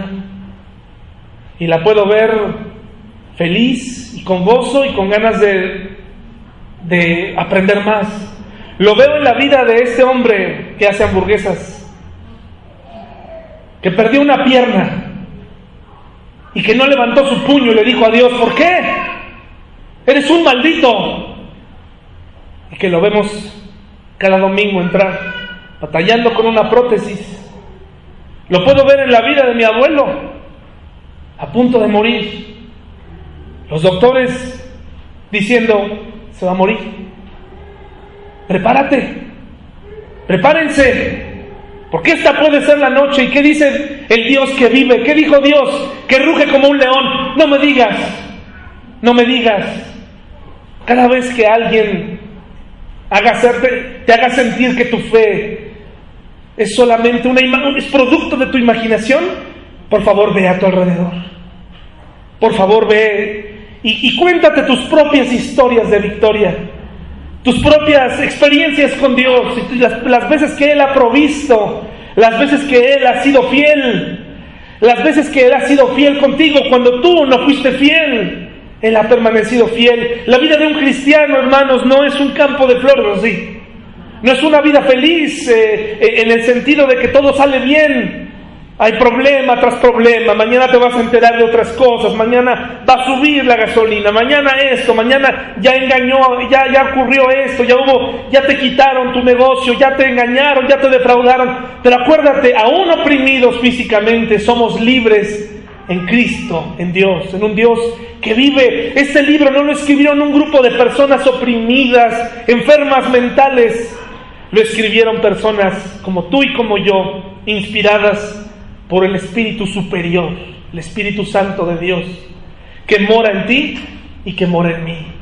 A: Y la puedo ver feliz y con gozo y con ganas de aprender más. Lo veo en la vida de este hombre que hace hamburguesas, que perdió una pierna y que no levantó su puño y le dijo a Dios: ¿por qué? Eres un maldito. Y que lo vemos cada domingo entrar batallando con una prótesis. Lo puedo ver en la vida de mi abuelo, a punto de morir. Los doctores diciendo: se va a morir. Prepárate, prepárense, porque esta puede ser la noche. ¿Y qué dice el Dios que vive? ¿Qué dijo Dios? Que ruge como un león. No me digas, no me digas. Cada vez que alguien te haga sentir que tu fe es solamente es producto de tu imaginación, por favor ve a tu alrededor. Por favor ve y cuéntate tus propias historias de victoria, tus propias experiencias con Dios, las veces que Él ha provisto, las veces que Él ha sido fiel, las veces que Él ha sido fiel contigo cuando tú no fuiste fiel. Él ha permanecido fiel. La vida de un cristiano, hermanos, no es un campo de flores, ¿sí? No es una vida feliz en el sentido de que todo sale bien. Hay problema tras problema. Mañana te vas a enterar de otras cosas. Mañana va a subir la gasolina. Mañana esto. Mañana ya engañó, ya ocurrió esto. Ya te quitaron tu negocio. Ya te engañaron, ya te defraudaron. Pero acuérdate, aún oprimidos físicamente, somos libres en Cristo, en Dios, en un Dios que vive. Este libro no lo escribieron un grupo de personas oprimidas, enfermas mentales. Lo escribieron personas como tú y como yo, inspiradas por el Espíritu Superior, el Espíritu Santo de Dios, que mora en ti y que mora en mí.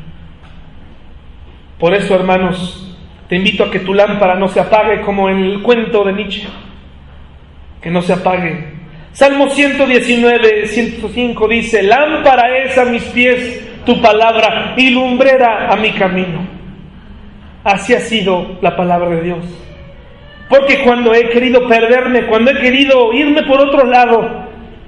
A: Por eso, hermanos, te invito a que tu lámpara no se apague como en el cuento de Nietzsche, que no se apague. Salmo 119, 105 dice: lámpara es a mis pies tu palabra y lumbrera a mi camino. Así ha sido la palabra de Dios. Porque cuando he querido perderme, cuando he querido irme por otro lado,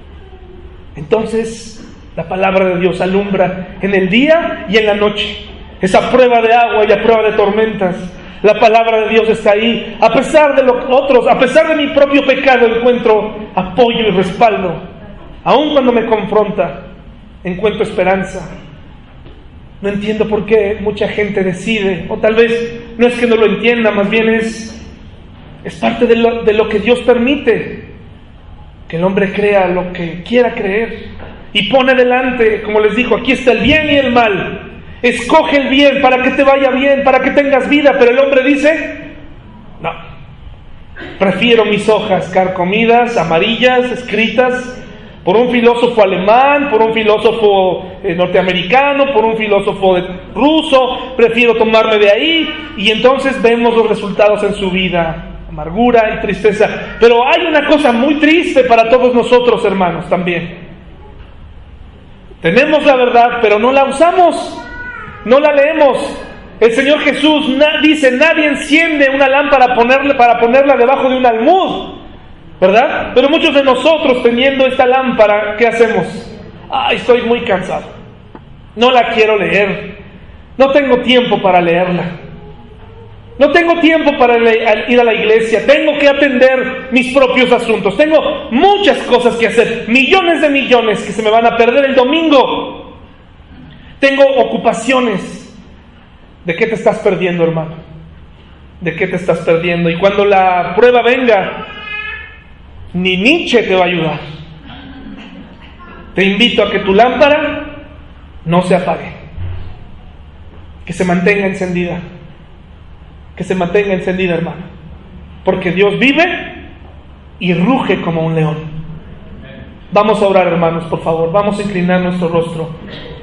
A: entonces la palabra de Dios alumbra en el día y en la noche. Esa prueba de agua y a prueba de tormentas, la palabra de Dios está ahí. A pesar de los otros, a pesar de mi propio pecado, encuentro apoyo y respaldo. Aun cuando me confronta, encuentro esperanza. No entiendo por qué mucha gente decide, o tal vez no es que no lo entienda, más bien es parte de lo que Dios permite, que el hombre crea lo que quiera creer y pone delante, como les dijo, aquí está el bien y el mal. Escoge el bien para que te vaya bien, para que tengas vida. Pero el hombre dice: no, prefiero mis hojas carcomidas, amarillas, escritas por un filósofo alemán, por un filósofo norteamericano, por un filósofo ruso. Prefiero tomarme de ahí. Y entonces vemos los resultados en su vida: amargura y tristeza. Pero hay una cosa muy triste para todos nosotros, hermanos, también. Tenemos la verdad, pero no la usamos. No la leemos. El Señor Jesús dice: nadie enciende una lámpara para ponerla debajo de un almud, ¿verdad? Pero muchos de nosotros, teniendo esta lámpara, ¿qué hacemos? Estoy muy cansado, no la quiero leer, no tengo tiempo para leerla, no tengo tiempo para ir a la iglesia, tengo que atender mis propios asuntos, tengo muchas cosas que hacer, millones de millones que se me van a perder el domingo. Tengo ocupaciones. ¿De qué te estás perdiendo, hermano? ¿De qué te estás perdiendo? Y cuando la prueba venga, ni Nietzsche te va a ayudar. Te invito a que tu lámpara no se apague, que se mantenga encendida. que se mantenga encendida, hermano, porque Dios vive y ruge como un león. Vamos a orar, hermanos, por favor. Vamos a inclinar nuestro rostro.